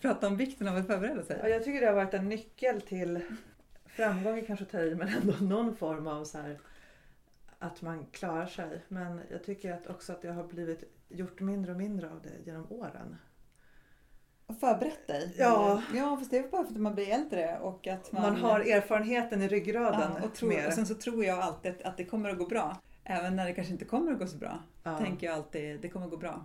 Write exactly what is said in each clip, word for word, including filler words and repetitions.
prata om vikten av att förbereda sig. Ja, jag tycker det har varit en nyckel till framgång, kanske ta i, men ändå någon form av så här att man klarar sig. Men jag tycker att också att jag har blivit gjort mindre och mindre av det genom åren. Och förberett dig? Ja. Ja, fast det är bara för att man blir äldre och att man... Man har erfarenheten i ryggraden. Ja, och, tror, och sen så tror jag alltid att det kommer att gå bra. Även när det kanske inte kommer att gå så bra. Ja. Tänker jag alltid, det kommer att gå bra.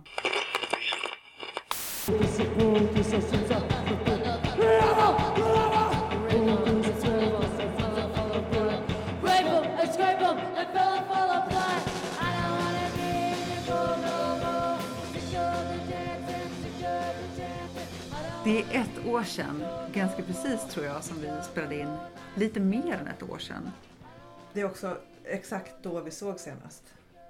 Det är ett år sedan, ganska precis tror jag, som vi spelade in. Lite mer än ett år sedan. Det är också exakt då vi såg senast.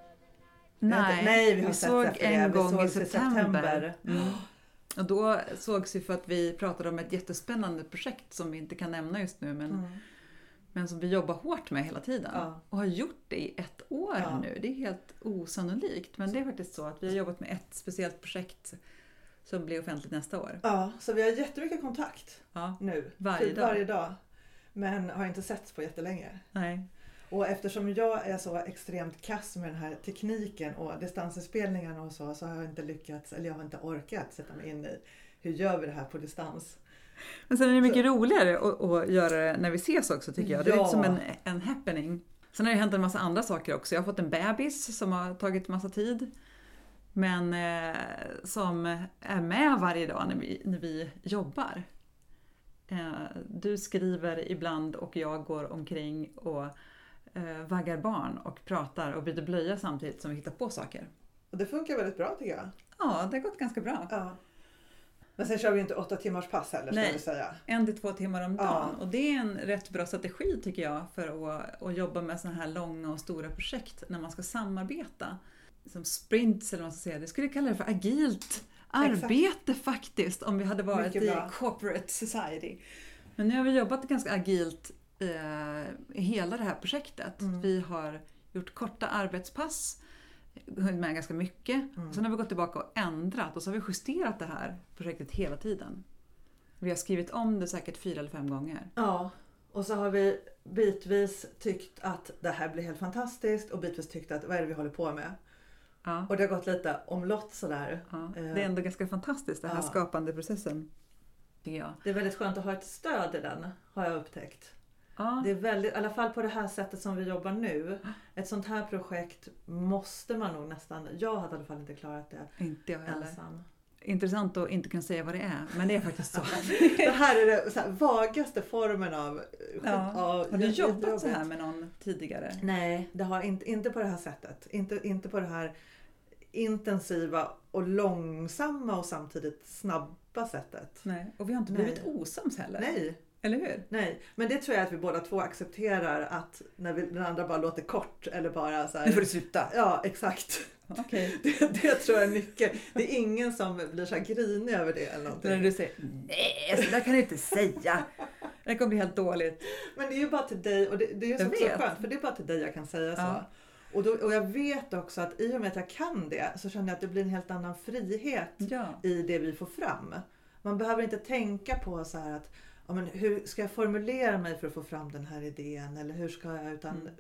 Nej, Nej vi har vi sett såg efter en det. gång vi i såg september. september. Mm. Och då sågs vi för att vi pratade om ett jättespännande projekt som vi inte kan nämna just nu. Men, mm. men som vi jobbar hårt med hela tiden. Ja. Och har gjort det i ett år ja. nu. Det är helt osannolikt. Men det är faktiskt så att vi har jobbat med ett speciellt projekt som blir offentligt nästa år. Ja, så vi har jättemycket kontakt ja. nu. Varje typ dag. varje dag. Men har inte setts på jättelänge. Nej. Och eftersom jag är så extremt kass med den här tekniken och distansinspelningarna och så, så har jag inte lyckats, eller jag har inte orkat sätta mig in i hur gör vi det här på distans. Men sen är det mycket så roligare att, att göra det när vi ses också tycker jag. Det är ja. lite som en, en happening. Sen har det hänt en massa andra saker också. Jag har fått en bebis som har tagit massa tid. Men eh, som är med varje dag när vi, när vi jobbar. Eh, du skriver ibland och jag går omkring och eh, vaggar barn och pratar och byter blöja samtidigt som vi hittar på saker. Och det funkar väldigt bra tycker jag. Ja, det har gått ganska bra. Ja. Men sen kör vi inte åtta timmars pass heller, ska vi säga. En till två timmar om dagen. Ja. Och det är en rätt bra strategi tycker jag för att, att jobba med sådana här långa och stora projekt när man ska samarbeta. Som sprints eller vad man ska säga. Det skulle jag kalla det för agilt arbete Exakt. faktiskt om vi hade varit i corporate society. Men nu har vi jobbat ganska agilt eh, i hela det här projektet. Mm. Vi har gjort korta arbetspass, hunnit med ganska mycket. Mm. Sen har vi gått tillbaka och ändrat och så har vi justerat det här projektet hela tiden. Vi har skrivit om det säkert fyra eller fem gånger. Ja, och så har vi bitvis tyckt att det här blir helt fantastiskt och bitvis tyckt att vad är det vi håller på med? Ja. Och det har gått lite omlott sådär. Ja, det är ändå ganska fantastiskt den här ja. skapande processen. Ja. Det är väldigt skönt att ha ett stöd i den, har jag upptäckt. Ja. Det är väldigt, i alla fall på det här sättet som vi jobbar nu. Ett sånt här projekt måste man nog nästan, jag hade i alla fall inte klarat det. Inte jag heller. Ensam. Intressant att inte kunna säga vad det är, men det är faktiskt så. Det här är den så här vagaste formen av... Ja. av har du jobbat så här med någon tidigare? Nej, det har inte, inte på det här sättet. Inte, inte på det här intensiva och långsamma och samtidigt snabba sättet. Nej, och vi har inte Nej. blivit osams heller. Nej. Eller hur? Nej, men det tror jag att vi båda två accepterar att när vi, den andra bara låter kort eller bara så här... Nu får du sluta. Ja, exakt. Okay. Det, det tror jag är mycket. Det är ingen som blir så grinig över det eller någonting. När du säger, nej, så där kan du inte säga. Det kommer bli helt dåligt. Men det är ju bara till dig, och det, det är ju så, så skönt, för det är bara till dig jag kan säga ja. så. Och, då, och jag vet också att i och med att jag kan det så känner jag att det blir en helt annan frihet ja. i det vi får fram. Man behöver inte tänka på så här att ja, men hur ska jag formulera mig för att få fram den här idén eller hur ska jag, utan mm.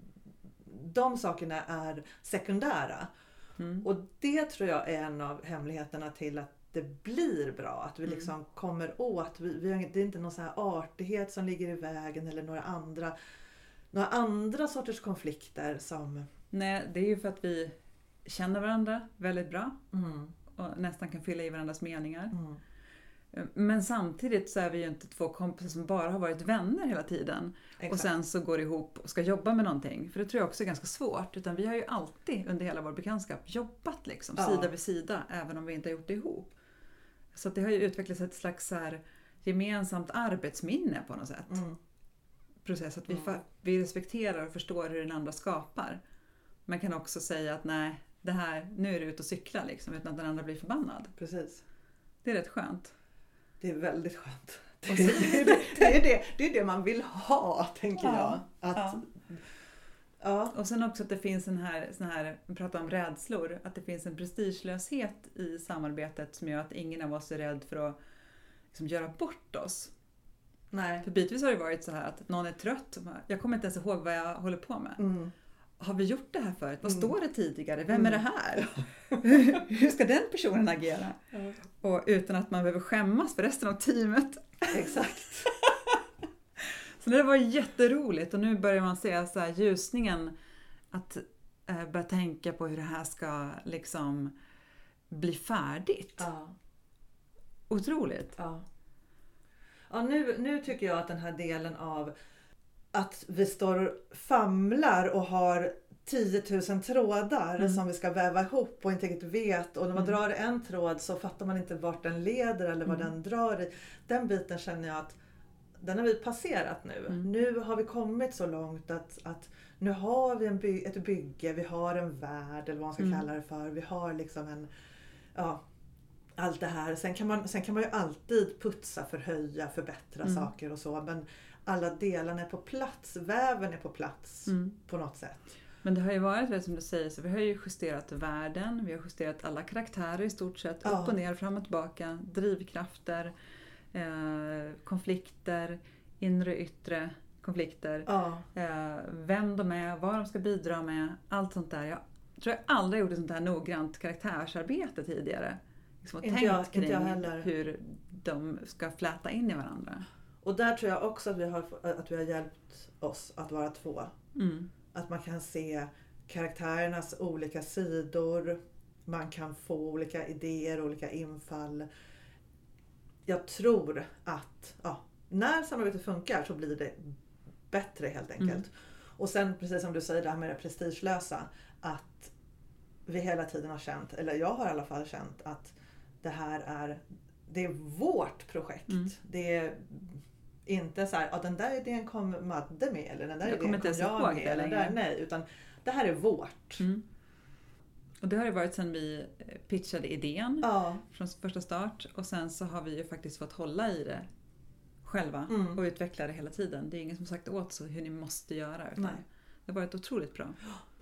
de sakerna är sekundära. Mm. Och det tror jag är en av hemligheterna till att det blir bra. Att vi mm. liksom kommer åt. Vi, vi, det är inte någon så här artighet som ligger i vägen eller några andra, några andra sorters konflikter som... Nej, det är ju för att vi känner varandra väldigt bra. Mm. Och nästan kan fylla i varandras meningar. Mm. Men samtidigt så är vi ju inte två kompisar som bara har varit vänner hela tiden. Exakt. Och sen så går ihop och ska jobba med någonting. För det tror jag också är ganska svårt. Utan vi har ju alltid under hela vår bekantskap jobbat liksom, ja. sida vid sida. Även om vi inte har gjort det ihop. Så att det har ju utvecklats ett slags så här gemensamt arbetsminne på något sätt. Mm. Process att vi, mm. fa- vi respekterar och förstår hur den andra skapar. Man kan också säga att nej, det här, nu är det ut och cykla liksom, utan att den andra blir förbannad. Precis. Det är rätt skönt. Det är väldigt skönt. Det är det, det, är det, det är det man vill ha, tänker ja, jag. Att, ja. Ja. Och sen också att det finns en här, sån här, vi pratar om rädslor, att det finns en prestigelöshet i samarbetet som gör att ingen av oss är rädd för att liksom göra bort oss. Nej. För bitvis har det varit så här att någon är trött. Jag kommer inte ens ihåg vad jag håller på med. Mm. Har vi gjort det här förut? Vad mm. står det tidigare? Vem mm. är det här? Hur ska den personen agera? Mm. Och utan att man behöver skämmas för resten av teamet. Exakt. Så det var jätteroligt. Och nu börjar man se så här ljusningen. Att eh, börja tänka på hur det här ska liksom bli färdigt. Ja. Otroligt. Ja. Ja, nu, nu tycker jag att den här delen av att vi står och famlar och har tiotusen trådar mm. som vi ska väva ihop och inte riktigt vet. Och när man mm. drar en tråd så fattar man inte vart den leder eller vad mm. den drar i. Den biten känner jag att den har vi passerat nu. Mm. Nu har vi kommit så långt att, att nu har vi en by- ett bygge, vi har en värld eller vad man ska mm. kalla det för. Vi har liksom en... ja. Allt det här. Sen kan, man, sen kan man ju alltid putsa, förhöja, förbättra mm. saker och så. Men alla delarna är på plats. Väven är på plats mm. på något sätt. Men det har ju varit, som du säger, så vi har ju justerat världen. Vi har justerat alla karaktärer i stort sett. Ja. Upp och ner, fram och tillbaka. Drivkrafter, eh, konflikter, inre och yttre konflikter. Ja. Eh, vem de är, vad de ska bidra med. Allt sånt där. Jag tror jag aldrig gjort ett sånt här noggrant karaktärsarbete tidigare. Liksom inte jag, kring inte jag heller. Hur de ska fläta in i varandra. Och där tror jag också att vi har, att vi har hjälpt oss att vara två. Mm. Att man kan se karaktärernas olika sidor. Man kan få olika idéer, olika infall. Jag tror att ja, när samarbetet funkar så blir det bättre helt enkelt. Mm. Och sen precis som du säger det här med det prestigelösa. Att vi hela tiden har känt, eller jag har i alla fall känt att det här är, det är vårt projekt. Mm. Det är inte så här, ja den där idén kom Madde med eller den där jag idén kom jag med. Eller där, nej, utan det här är vårt. Mm. Och det har det varit sedan vi pitchade idén ja. från första start. Och sen så har vi ju faktiskt fått hålla i det själva mm. och utveckla det hela tiden. Det är ingen som sagt åt så hur ni måste göra. Utan nej. Det har varit otroligt bra.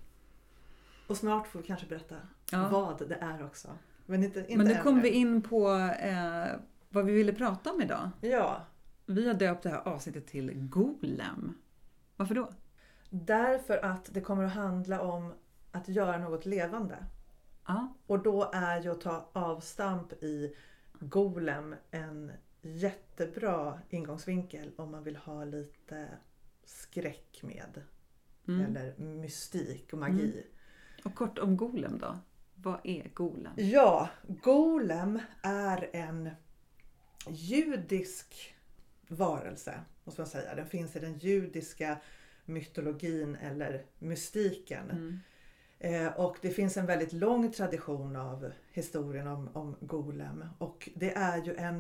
Och snart får vi kanske berätta ja. vad det är också. Men, inte, inte Men nu kommer vi in på eh, vad vi ville prata om idag. Ja. Vi har döpt det här avsnittet till Golem. Varför då? Därför att det kommer att handla om att göra något levande. Ja. Och då är ju att ta avstamp i Golem en jättebra ingångsvinkel om man vill ha lite skräck med. Mm. Eller mystik och magi. Mm. Och kort om Golem då. Vad är Golem? Ja, Golem är en judisk varelse, måste man säga. Den finns i den judiska mytologin eller mystiken. Mm. Eh, och det finns en väldigt lång tradition av historien om, om Golem. Och det är ju en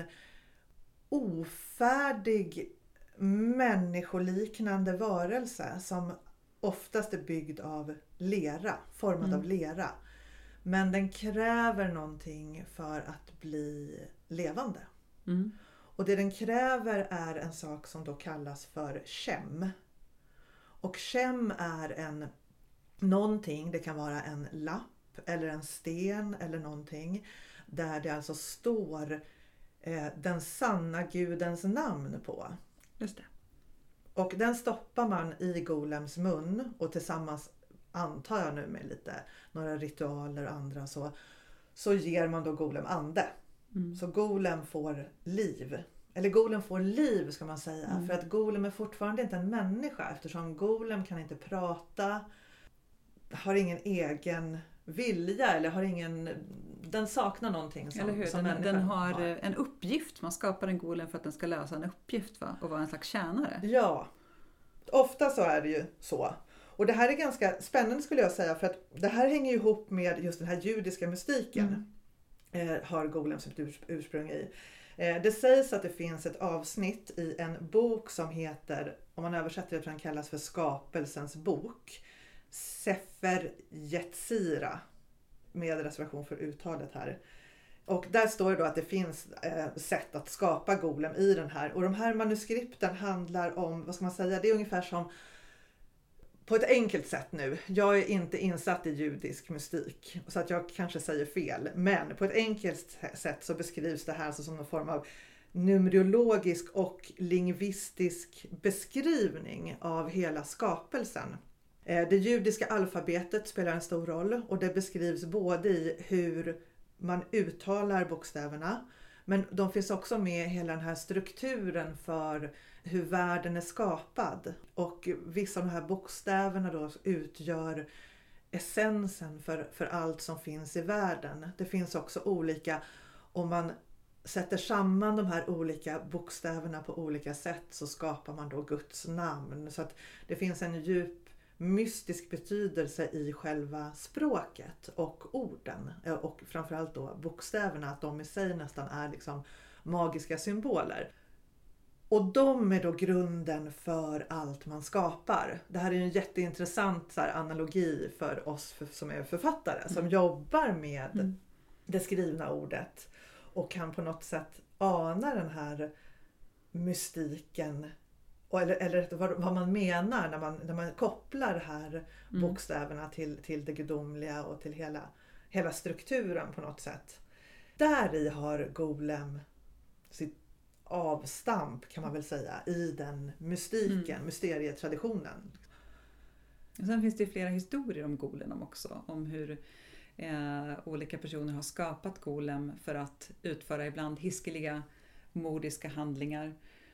ofärdig människoliknande varelse som oftast är byggd av lera, formad mm. av lera. Men den kräver någonting för att bli levande. Mm. Och det den kräver är en sak som då kallas för shem. Och shem är en någonting, det kan vara en lapp eller en sten eller någonting. Där det alltså står eh, den sanna gudens namn på. Just det. Och den stoppar man i Golems mun och tillsammans antar jag nu med lite några ritualer och andra så, så ger man då Golem ande. Mm. Så Golem får liv. Eller Golem får liv ska man säga. Mm. För att Golem är fortfarande inte en människa eftersom Golem kan inte prata, har ingen egen vilja eller har ingen, den saknar någonting som, eller hur? som den, den har, har en uppgift, man skapar en Golem för att den ska lösa en uppgift va? Och vara en slags tjänare. Ja, ofta så är det ju så. Och det här är ganska spännande skulle jag säga för att det här hänger ihop med just den här judiska mystiken. Mm. Eh, har Golem sitt urs- ursprung i. Eh, det sägs att det finns ett avsnitt i en bok som heter, om man översätter det tror jag den kallas för skapelsens bok. Sefer Yetzira. Med reservation för uttalet här. Och där står det då att det finns eh, sätt att skapa Golem i den här. Och de här manuskripten handlar om, vad ska man säga, det är ungefär som på ett enkelt sätt nu. Jag är inte insatt i judisk mystik så att jag kanske säger fel. Men på ett enkelt sätt så beskrivs det här alltså som en form av numerologisk och lingvistisk beskrivning av hela skapelsen. Det judiska alfabetet spelar en stor roll och det beskrivs både i hur man uttalar bokstäverna, men de finns också med hela den här strukturen för hur världen är skapad. Och vissa av de här bokstäverna då utgör essensen för, för allt som finns i världen. Det finns också olika, om man sätter samman de här olika bokstäverna på olika sätt så skapar man då Guds namn. Så att det finns en djup mystisk betydelse i själva språket och orden. Och framförallt då bokstäverna, att de i sig nästan är liksom magiska symboler. Och de är då grunden för allt man skapar. Det här är ju en jätteintressant så här, analogi för oss för, som är författare. Mm. Som jobbar med mm. det skrivna ordet. Och kan på något sätt ana den här mystiken. Eller, eller vad, vad man menar när man, när man kopplar de här mm. bokstäverna till, till det gudomliga. Och till hela, hela strukturen på något sätt. Där i har Golem sitt avstamp kan man väl säga i den mystiken, mm. mysterietraditionen. Och sen finns det flera historier om Golem också. Om hur eh, olika personer har skapat Golem för att utföra ibland hiskeliga modiska handlingar.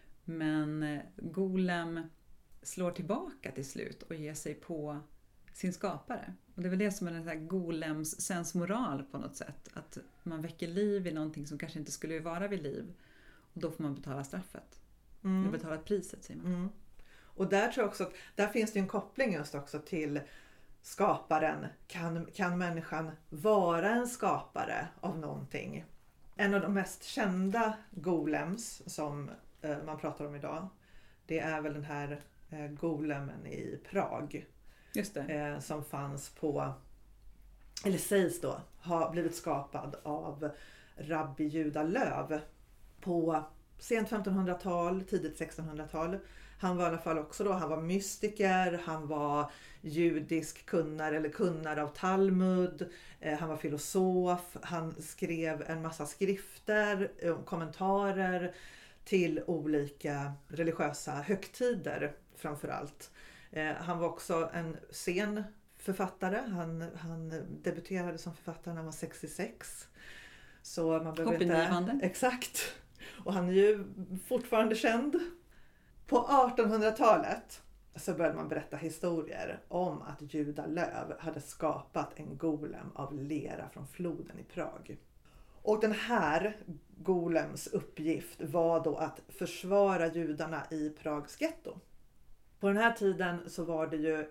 Men eh, Golem slår tillbaka till slut och ger sig på sin skapare. Och det är väl det som är den här Golems sensmoral på något sätt. Att man väcker liv i någonting som kanske inte skulle vara vid liv. Och då får man betala straffet. Mm. Eller betala priset, säger man. Mm. Och där tror jag också att där finns det en koppling just också till skaparen. Kan, kan människan vara en skapare av någonting? En av de mest kända golems som eh, man pratar om idag, det är väl den här eh, golemen i Prag. Just det. Eh, som fanns på, eller sägs då, har blivit skapad av Rabbi Juda Löv på sent femtonhundratal, tidigt sextonhundratal. Han var i alla fall också då, han var mystiker, han var judisk kunnare eller kunnare av Talmud, eh, han var filosof, han skrev en massa skrifter, eh, kommentarer till olika religiösa högtider framförallt. Eh, han var också en sen författare, han, han debuterade som författare när han var sextiosex. Så man behöver inte... Exakt. Och han är ju fortfarande känd. På artonhundratalet så började man berätta historier om att Juda Löv hade skapat en golem av lera från floden i Prag. Och den här golems uppgift var då att försvara judarna i Prags getto. På den här tiden så var det ju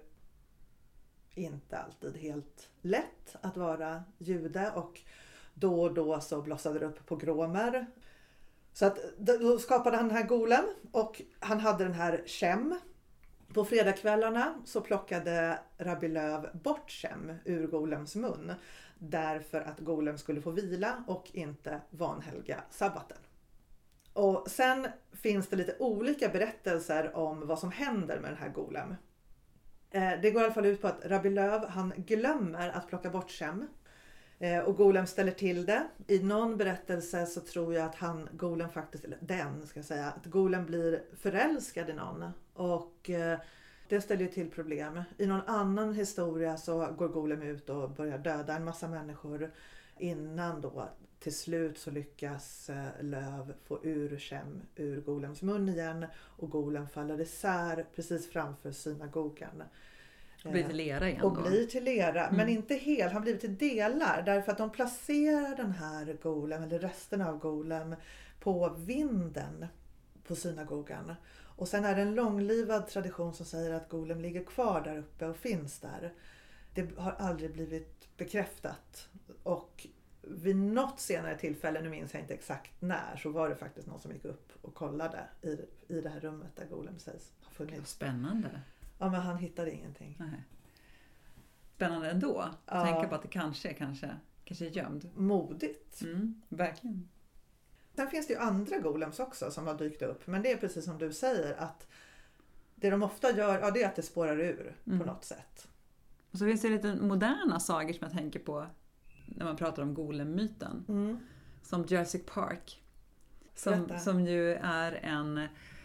inte alltid helt lätt att vara jude och då och då så blossade det upp pogromer. Så att då skapade han den här golem och han hade den här Shem. På fredagskvällarna så plockade Rabbi Löv bort Shem ur golems mun. Därför att golem skulle få vila och inte vanhelga sabbaten. Och sen finns det lite olika berättelser om vad som händer med den här golem. Det går i alla fall ut på att Rabbi Löv han glömmer att plocka bort Shem. Och golem ställer till det. I någon berättelse så tror jag att han, golem faktiskt, eller den ska jag säga, att golem blir förälskad i någon. Och eh, det ställer ju till problem. I någon annan historia så går golem ut och börjar döda en massa människor. Innan då till slut så lyckas eh, Löv få ur Shem ur golems mun igen. Och golem faller isär precis framför synagogan. Och blir till lera igen och då. blir till lera, mm. men inte helt, han blir till delar därför att de placerar den här golem eller resten av golem på vinden på synagogan. Och sen är det en långlivad tradition som säger att golem ligger kvar där uppe och finns där. Det har aldrig blivit bekräftat och vid något senare tillfälle, nu minns jag inte exakt när, så var det faktiskt någon som gick upp och kollade i, i det här rummet där golem sägs ha funnits. Spännande. Ja, men han hittade ingenting. Nej. Spännande ändå. Ja. Tänka på att det kanske är kanske, kanske är gömd. Modigt. Mm, verkligen. Sen finns det ju andra golems också som har dykt upp. Men det är precis som du säger att det de ofta gör, ja, det är att det spårar ur mm. på något sätt. Och så finns det lite moderna sagor som jag tänker på när man pratar om golemmyten. Mm. Som Jurassic Park. Som, som ju är en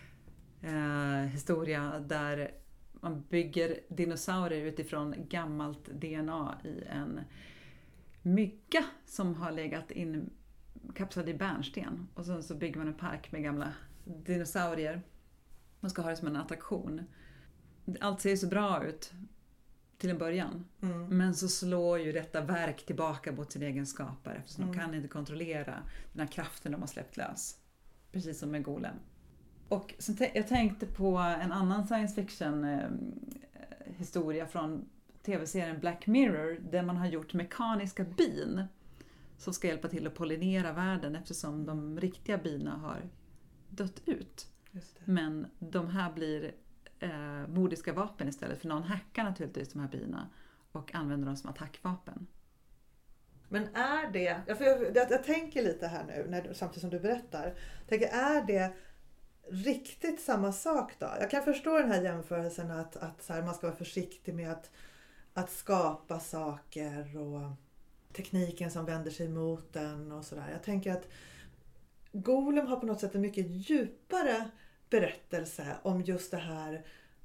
eh, historia där man bygger dinosaurier utifrån gammalt D N A i en mygga som har legat inkapslad i bärnsten. Och sen så bygger man en park med gamla dinosaurier. Man ska ha det som en attraktion. Allt ser ju så bra ut till en början. Mm. Men så slår ju detta verk tillbaka mot sin egen skapare. Eftersom mm. de kan inte kontrollera den här kraften de har släppt lös. Precis som med Golem. Och så t- jag tänkte på en annan science fiction eh, historia från tv-serien Black Mirror. Där man har gjort mekaniska bin. Som ska hjälpa till att pollinera världen. Eftersom de riktiga bina har dött ut. Just det. Men de här blir eh, modiska vapen istället. För någon hackar naturligtvis de här bina. Och använder dem som attackvapen. Men är det, jag, jag, jag, jag tänker lite här nu när, samtidigt som du berättar. Tänker, är det riktigt samma sak då? Jag kan förstå den här jämförelsen att, att så här, man ska vara försiktig med att, att skapa saker och tekniken som vänder sig mot den och sådär. Jag tänker att Golem har på något sätt en mycket djupare berättelse om just det här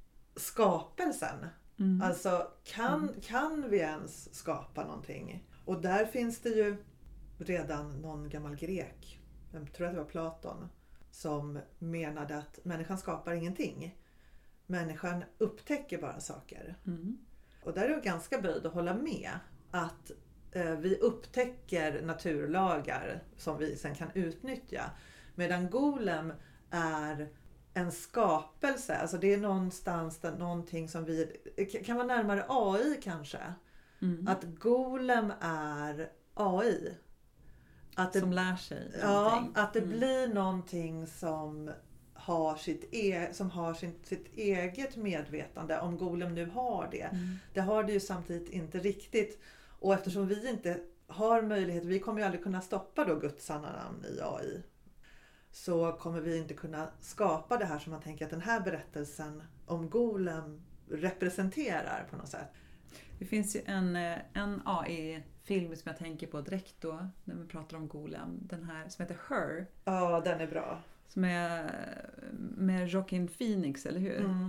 skapelsen. Mm. Alltså kan, mm. kan vi ens skapa någonting? Och där finns det ju redan någon gammal grek, jag tror att det var Platon, som menade att människan skapar ingenting. Människan upptäcker bara saker. Mm. Och där är jag ganska böjd att hålla med att eh, vi upptäcker naturlagar som vi sen kan utnyttja. Medan Golem är en skapelse, alltså det är någonstans där, någonting som vi, kan vara närmare A I kanske. Mm. Att Golem är A I. Att det, som lär sig ja, någonting. Att det mm. blir någonting som har, sitt, e, som har sin, sitt eget medvetande. Om Golem nu har det. Mm. Det har det ju samtidigt inte riktigt. Och eftersom vi inte har möjlighet, vi kommer ju aldrig kunna stoppa då Guds sanna namn i A I. Så kommer vi inte kunna skapa det här som man tänker att den här berättelsen om Golem representerar på något sätt. Det finns ju en, en A I-film som jag tänker på direkt då när vi pratar om Golem. Den här som heter Her. Ja, den är bra. Som är med Joaquin Phoenix, eller hur? Mm.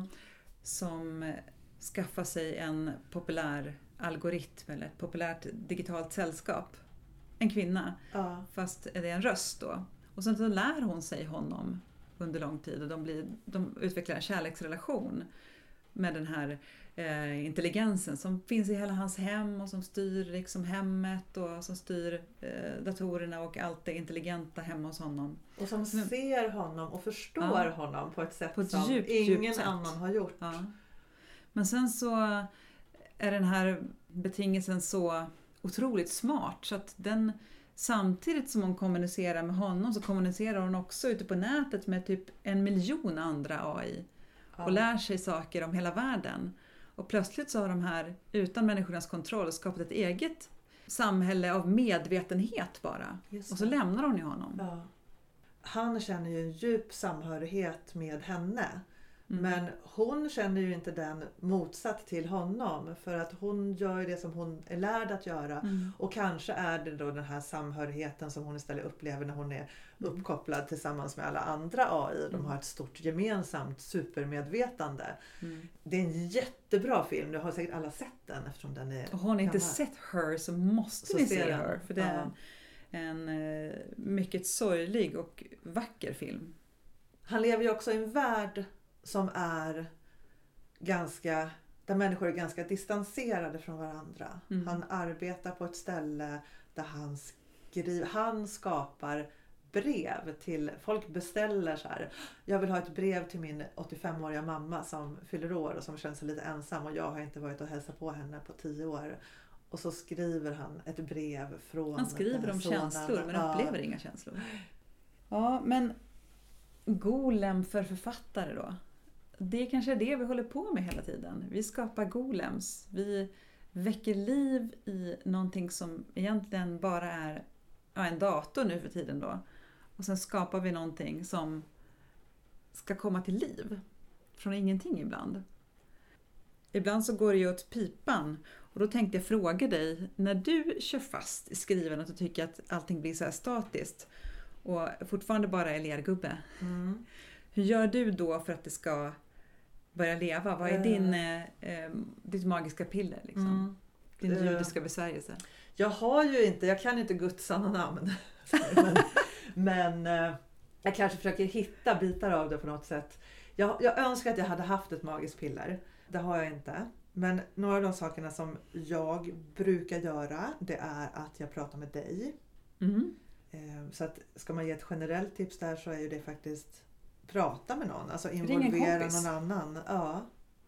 Som skaffar sig en populär algoritm eller ett populärt digitalt sällskap. En kvinna. Ja. Fast är det en röst då. Och sen så lär hon sig honom under lång tid. Och de, blir, de utvecklar en kärleksrelation med den här eh, intelligensen som finns i hela hans hem och som styr liksom hemmet och som styr eh, datorerna och allt det intelligenta hemma hos honom. Och som Men, ser honom och förstår ja, honom på ett sätt på ett som djupt, ingen djupt annan har gjort. Ja. Men sen så är den här betingelsen så otroligt smart så att den, samtidigt som hon kommunicerar med honom så kommunicerar hon också ute på nätet med typ en miljon andra A I. Och lär sig saker om hela världen. Och plötsligt så har de här, utan människornas kontroll, skapat ett eget samhälle av medvetenhet bara. Och så lämnar hon ju honom. Ja. Han känner ju en djup samhörighet med henne. Mm. Men hon känner ju inte den motsatt till honom. För att hon gör det som hon är lärd att göra. Mm. Och kanske är det då den här samhörigheten som hon istället upplever när hon är mm. uppkopplad tillsammans med alla andra A I. De har ett stort gemensamt supermedvetande. Mm. Det är en jättebra film. Du har säkert alla sett den eftersom den är... Och har ni inte sett Her så måste så ni se den. Her. För det är ja. en, en mycket sorglig och vacker film. Han lever ju också i en värld som är ganska, där människor är ganska distanserade från varandra. Mm. Han arbetar på ett ställe där han skriver, han skapar brev till, folk beställer så här, jag vill ha ett brev till min åttiofemåriga mamma som fyller år och som känner sig lite ensam och jag har inte varit och hälsat på henne på tio år. Och så skriver han ett brev från... Han skriver om sonen. Känslor men ja. upplever inga känslor. Ja, men Golem för författare då? Det är kanske det vi håller på med hela tiden. Vi skapar golems. Vi väcker liv i någonting som egentligen bara är ja, en dator nu för tiden då. Och sen skapar vi någonting som ska komma till liv. Från ingenting ibland. Ibland så går det ju åt pipan. Och då tänkte jag fråga dig, när du kör fast i skrivandet och tycker att allting blir så här statiskt. och fortfarande bara är lergubbe. Mm. Hur gör du då för att det ska börja leva? Vad är din, eh, ditt magiska piller? Liksom? Mm. Din judiska besvärjelse? Jag har ju inte, jag kan inte Guds sanna namn. men men eh, jag kanske försöker hitta bitar av det på något sätt. Jag, jag önskar att jag hade haft ett magiskt piller. Det har jag inte. Men några av de sakerna som jag brukar göra, det är att jag pratar med dig. Mm. Eh, så att ska man ge ett generellt tips där så är ju det faktiskt prata med någon. Alltså involvera någon annan. Ja.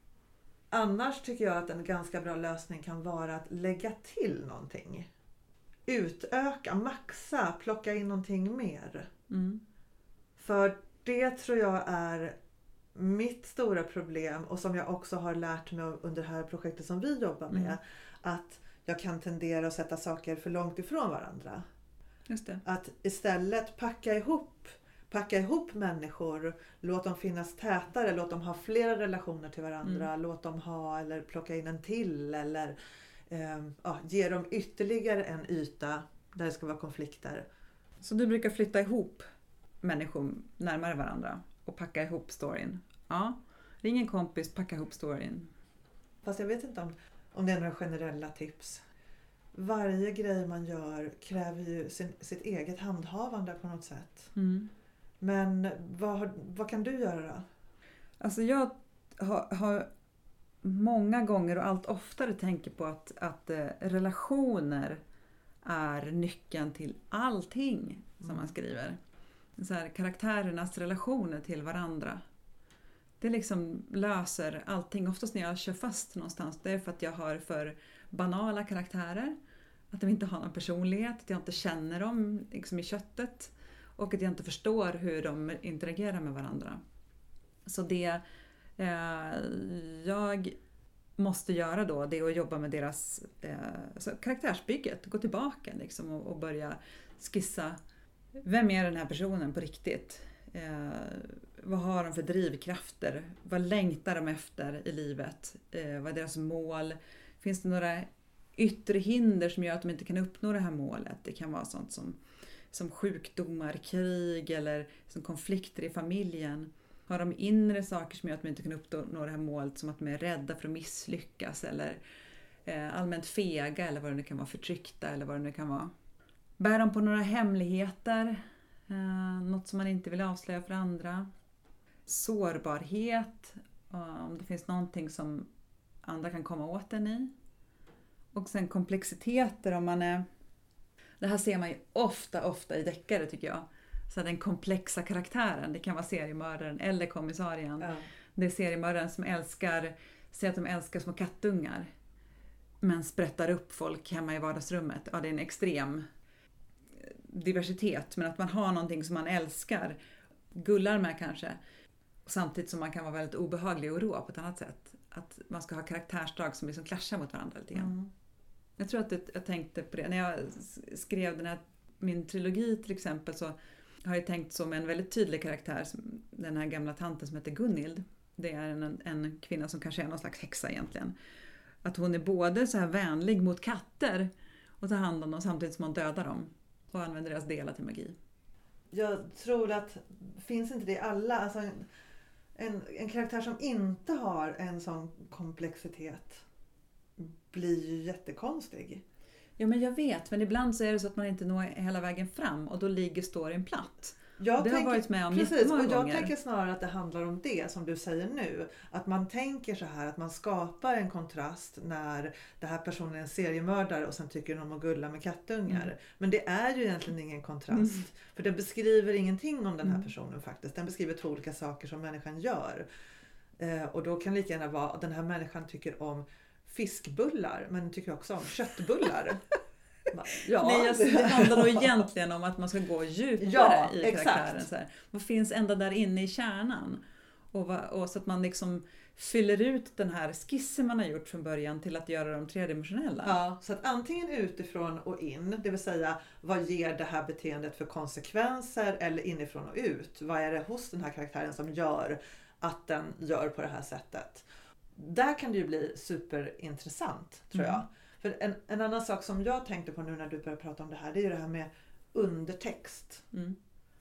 Annars tycker jag att en ganska bra lösning kan vara att lägga till någonting. Utöka, maxa, plocka in någonting mer. Mm. För det tror jag är mitt stora problem och som jag också har lärt mig under det här projektet som vi jobbar med. Mm. Att jag kan tendera att sätta saker för långt ifrån varandra. Just det. Att istället packa ihop Packa ihop människor, låt dem finnas tätare, låt dem ha flera relationer till varandra, mm. låt dem ha eller plocka in en till eller eh, ja, ge dem ytterligare en yta där det ska vara konflikter. Så du brukar flytta ihop människor närmare varandra och packa ihop storyn? Ja, ring en kompis, packa ihop storyn. Fast jag vet inte om, om det är några generella tips. Varje grej man gör kräver ju sin, sitt eget handhavande på något sätt. Mm. Men vad, vad kan du göra då? Alltså jag har, har många gånger och allt oftare tänker på att, att eh, relationer är nyckeln till allting som mm. man skriver. Så här, karaktärernas relationer till varandra. Det liksom löser allting. Oftast när jag kör fast någonstans, det är för att jag har för banala karaktärer. Att de inte har någon personlighet, att jag inte känner dem liksom i köttet. Och att jag inte förstår hur de interagerar med varandra. Så det eh, jag måste göra då, det är att jobba med deras eh, alltså karaktärsbygget. Gå tillbaka liksom, och, och börja skissa. Vem är den här personen på riktigt? Eh, vad har de för drivkrafter? Vad längtar de efter i livet? Eh, vad är deras mål? Finns det några yttre hinder som gör att de inte kan uppnå det här målet? Det kan vara sånt som som sjukdomar, krig eller som konflikter i familjen. Har de inre saker som gör att de inte kan uppnå det här målet, som att de är rädda för att misslyckas eller eh, allmänt fega eller vad det nu kan vara, förtryckta eller vad det nu kan vara. Bär de på några hemligheter, eh, något som man inte vill avslöja för andra. Sårbarhet, eh, om det finns någonting som andra kan komma åt en i. Och sen komplexiteter, om man är... Det här ser man ju ofta, ofta i deckare tycker jag. Så den komplexa karaktären, det kan vara seriemördaren eller kommissarien. Ja. Det är seriemördaren som älskar, säger att de älskar små kattungar. Men sprättar upp folk hemma i vardagsrummet. Ja, det är en extrem diversitet. Men att man har någonting som man älskar, gullar med kanske. Samtidigt som man kan vara väldigt obehaglig och rå på ett annat sätt. Att man ska ha karaktärsdrag som liksom klaschar mot varandra lite grann. Mm. Jag tror att det, jag tänkte på det. När jag skrev den här, min trilogi till exempel, så har jag tänkt som en väldigt tydlig karaktär. Som den här gamla tanten som heter Gunhild. Det är en, en kvinna som kanske är någon slags häxa egentligen. Att hon är både så här vänlig mot katter och tar hand om dem samtidigt som hon dödar dem. Och använder deras delar till magi. Jag tror att, finns inte det i alla? Alltså en, en, en karaktär som inte har en sån komplexitet blir ju jättekonstig. Ja, men jag vet. Men ibland så är det så att man inte når hela vägen fram. Och då ligger storyn platt. Jag det tänker, har varit med om precis, jättemånga och jag gånger. tänker snarare att det handlar om det som du säger nu. Att man tänker så här, att man skapar en kontrast när det här personen är en seriemördare och sen tycker de om att gulla med kattungar. Mm. Men det är ju egentligen ingen kontrast. Mm. För den beskriver ingenting om den här personen faktiskt. Den beskriver två olika saker som människan gör. Eh, och då kan det lika gärna vara att den här människan tycker om fiskbullar, men tycker också om köttbullar. Ja. Nej, alltså, det handlar nog egentligen om att man ska gå djupare ja, i karaktären. Så här. Vad finns ända där inne i kärnan? Och, va, och så att man liksom fyller ut den här skissen man har gjort från början till att göra dem tredimensionella. Ja, så att antingen utifrån och in, det vill säga vad ger det här beteendet för konsekvenser, eller inifrån och ut. Vad är det hos den här karaktären som gör att den gör på det här sättet? Där kan det ju bli superintressant, tror mm. jag. För en, en annan sak som jag tänkte på nu när du började prata om det här, det är ju det här med undertext. Mm.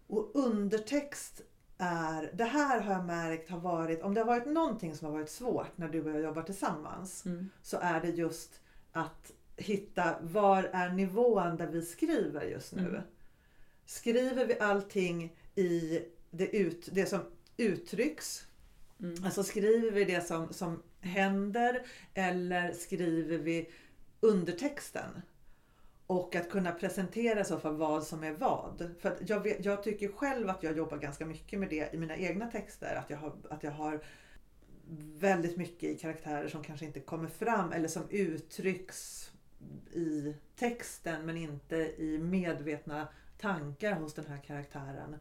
Och undertext är, det här har jag märkt har varit, om det har varit någonting som har varit svårt när du och jag jobbar tillsammans, mm. så är det just att hitta var är nivån där vi skriver just nu. Mm. Skriver vi allting i det, ut, det som uttrycks, mm. alltså skriver vi det som, som händer, eller skriver vi undertexten? Och att kunna presentera så för vad som är vad. För att jag, vet, jag tycker själv att jag jobbar ganska mycket med det i mina egna texter. Att jag, har, att jag har väldigt mycket i karaktärer som kanske inte kommer fram. Eller som uttrycks i texten men inte i medvetna tankar hos den här karaktären.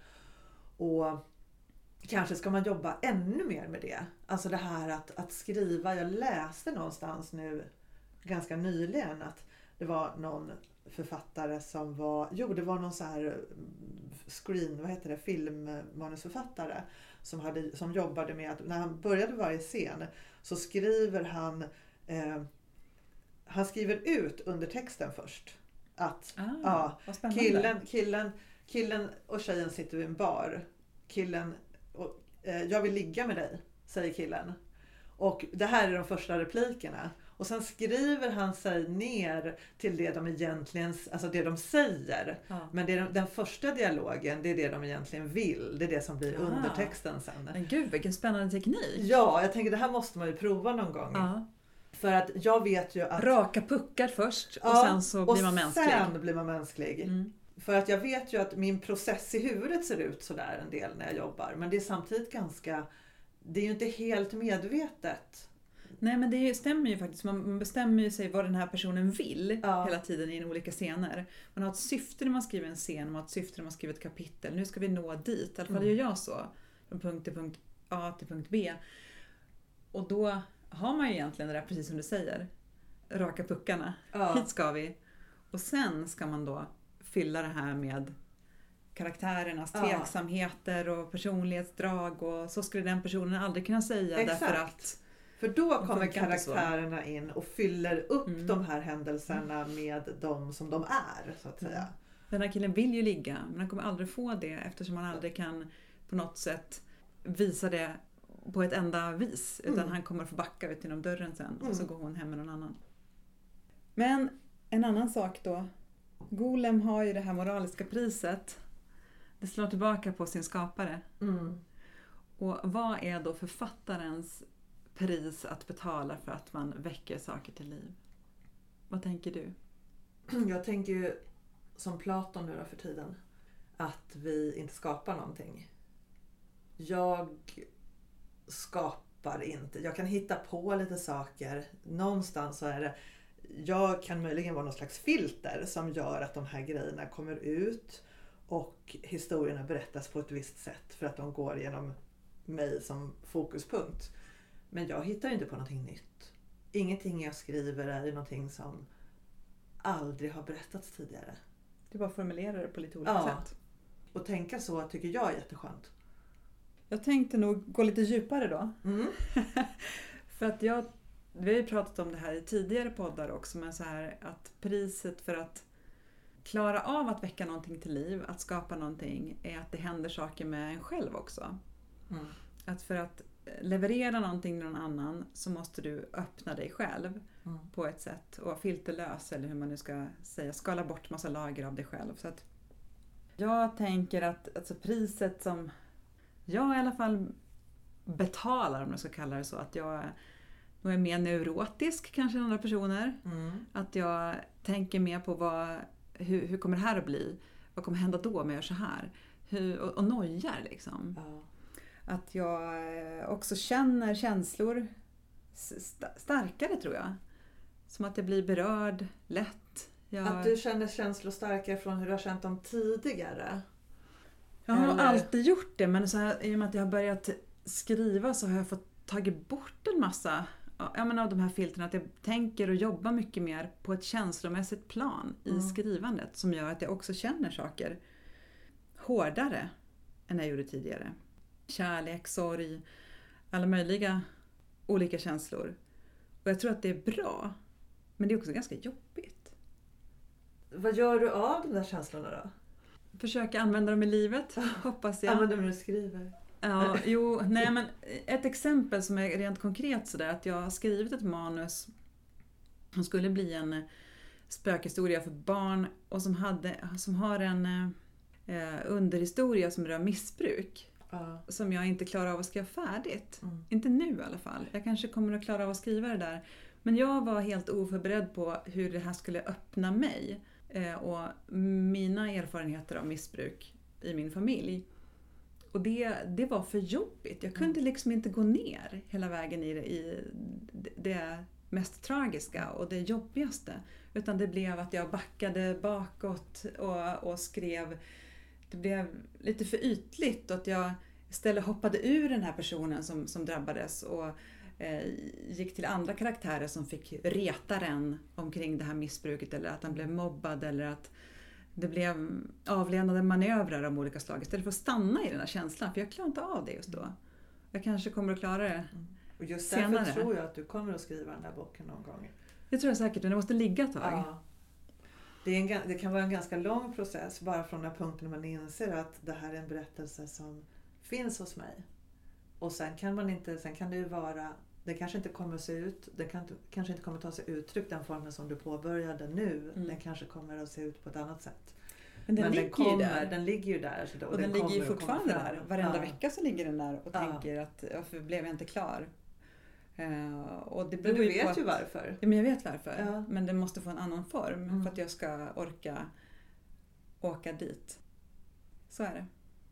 Och kanske ska man jobba ännu mer med det. Alltså det här att, att skriva. Jag läste någonstans nu ganska nyligen att det var någon författare som var, jo det var någon så här screen, vad heter det, filmmanusförfattare som, hade, som jobbade med att när han började varje scen så skriver han, eh, han skriver ut under texten först. Att ah, ja, killen, killen, killen och tjejen sitter vid en bar. Killen, och, eh, jag vill ligga med dig, säger killen. Och det här är de första replikerna. Och sen skriver han sig ner till det de egentligen, alltså det de säger. Ja. Men det är den första dialogen, det är det de egentligen vill. Det är det som blir ja. undertexten sen. Men gud, vilken spännande teknik. Ja, jag tänker det här måste man ju prova någon gång. Ja. För att jag vet ju att... Raka puckar först och ja, sen så blir man mänsklig. Och sen blir man mänsklig. Mm. För att jag vet ju att min process i huvudet ser ut sådär en del när jag jobbar. Men det är samtidigt ganska... Det är ju inte helt medvetet. Nej, men det stämmer ju faktiskt. Man bestämmer ju sig vad den här personen vill ja. hela tiden i olika scener. Man har ett syfte när man skriver en scen, man har ett syfte när man skriver ett kapitel. Nu ska vi nå dit. I alla fall mm. gör jag så. Från punkt till punkt A till punkt B. Och då har man ju egentligen det där, precis som du säger. Raka puckarna. Ja. Hit ska vi. Och sen ska man då fylla det här med karaktärernas tveksamheter ja. och personlighetsdrag. Och så skulle den personen aldrig kunna säga. Exakt. Därför att... För då kommer karaktärerna in och fyller upp mm. de här händelserna med de som de är, så att säga. Mm. Den här killen vill ju ligga, men han kommer aldrig få det eftersom han aldrig kan på något sätt visa det på ett enda vis. Utan mm. han kommer att få backa ut genom dörren sen mm. och så går hon hem med någon annan. Men en annan sak då. Golem har ju det här moraliska priset. Det slår tillbaka på sin skapare. Mm. Och vad är då författarens pris att betala för att man väcker saker till liv? Vad tänker du? Jag tänker ju som Platon nu då för tiden. Att vi inte skapar någonting. Jag skapar inte. Jag kan hitta på lite saker. Någonstans så är det. Jag kan möjligen vara någon slags filter som gör att de här grejerna kommer ut. Och historierna berättas på ett visst sätt. För att de går genom mig som fokuspunkt. Men jag hittar inte på någonting nytt. Ingenting jag skriver är någonting som aldrig har berättats tidigare. Du bara formulerar det på lite olika ja. sätt. Och tänka så tycker jag är jätteskönt. Jag tänkte nog gå lite djupare då. Mm. För att jag, vi har ju pratat om det här i tidigare poddar också. Men så här att priset för att klara av att väcka någonting till liv, att skapa någonting, är att det händer saker med en själv också. Mm. Att för att leverera någonting till någon annan så måste du öppna dig själv mm. på ett sätt och filterlös, eller hur man nu ska säga, skala bort massa lager av dig själv. Så att jag tänker att alltså priset som jag i alla fall betalar, om jag ska kalla det så, att jag är mer neurotisk kanske än andra personer. Mm. Att jag tänker mer på vad, hur, hur kommer det här att bli? Vad kommer hända då om jag gör så här? Hur, och, och nojar liksom. Ja. Att jag också känner känslor starkare, tror jag. Som att jag blir berörd lätt. Jag... Att du känner känslor starkare från hur du har känt dem tidigare? Jag har Eller... alltid gjort det, men så här, i och med att jag har börjat skriva så har jag fått tagit bort en massa jag menar, av de här filterna. Att jag tänker och jobbar mycket mer på ett känslomässigt plan i mm. skrivandet. Som gör att jag också känner saker hårdare än jag gjorde tidigare. Kärlek, sorg, alla möjliga olika känslor. Och jag tror att det är bra. Men det är också ganska jobbigt. Vad gör du av de där känslorna då? försöka använda dem i livet, hoppas jag. Använda dem när du skriver. Ja, jo, nej men ett exempel som är rent konkret sådär, att jag har skrivit ett manus som skulle bli en spökhistoria för barn och som, hade, som har en eh, underhistoria som rör missbruk. Uh. Som jag inte klarar av att skriva färdigt. Mm. Inte nu i alla fall. Jag kanske kommer att klara av att skriva det där. Men jag var helt oförberedd på hur det här skulle öppna mig. Eh, och mina erfarenheter av missbruk i min familj. Och det, det var för jobbigt. Jag kunde liksom inte gå ner hela vägen i det, i det mest tragiska och det jobbigaste. Utan det blev att jag backade bakåt och, och skrev. Det blev lite för ytligt och att jag istället hoppade ur den här personen som, som drabbades och eh, gick till andra karaktärer som fick reta den omkring det här missbruket, eller att han blev mobbad, eller att det blev avledande manövrar av olika slag istället för att stanna i den här känslan, för jag klarar inte av det just då. Jag kanske kommer att klara det mm. Och just därför senare. Tror jag att du kommer att skriva den där boken någon gång. Det tror jag säkert, men det måste ligga ett tag. Ja. Det, är en, det kan vara en ganska lång process bara från den punkten när man inser att det här är en berättelse som finns hos mig. Och sen kan man inte, sen kan det ju vara, det kanske inte kommer att se ut, det kan, kanske inte kommer att ta sig uttryck den formen som du påbörjade nu. Mm. Den kanske kommer att se ut på ett annat sätt. Men den, Men ligger, den, kommer, ju där. den ligger ju där. Och, och den, den ligger ju fortfarande där. Varenda ja. vecka så ligger den där och ja. tänker att varför blev jag inte klar? Uh, och det men du vet att, ju varför. Ja, men jag vet varför. Ja. Men det måste få en annan form mm. för att jag ska orka åka dit. Så är det.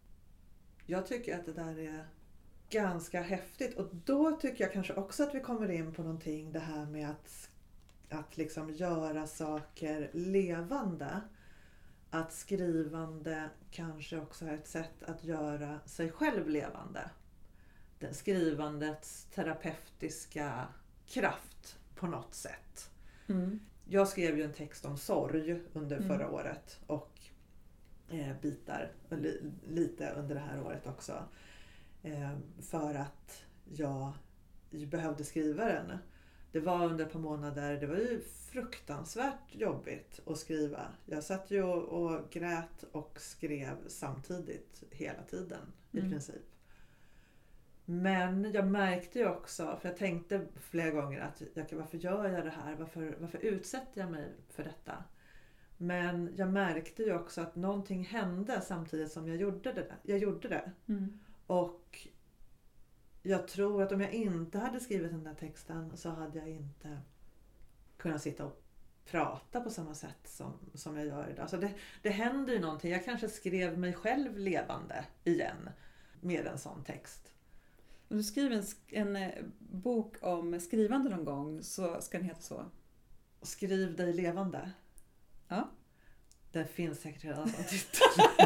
Jag tycker att det där är ganska häftigt. Och då tycker jag kanske också att vi kommer in på någonting. Det här med att, att liksom göra saker levande. Att skrivande kanske också är ett sätt att göra sig själv levande. Den skrivandets terapeutiska kraft på något sätt. Mm. Jag skrev ju en text om sorg under förra mm. året och eh, bitar li, lite under det här året också. Eh, för att jag behövde skriva den. Det var under ett par månader, det var ju fruktansvärt jobbigt att skriva. Jag satt ju och, och grät och skrev samtidigt hela tiden i mm. princip. Men jag märkte ju också, för jag tänkte flera gånger att jag, varför gör jag det här? Varför, varför utsätter jag mig för detta? Men jag märkte ju också att någonting hände samtidigt som jag gjorde det. Jag gjorde det. Mm. Och jag tror att om jag inte hade skrivit den där texten så hade jag inte kunnat sitta och prata på samma sätt som, som jag gör idag. Alltså det, det händer ju någonting. Jag kanske skrev mig själv levande igen med en sån text. Om du skriver en, en bok om skrivande någon gång så ska den heta så. Skriv dig levande. Ja. Det finns säkert redan som titel.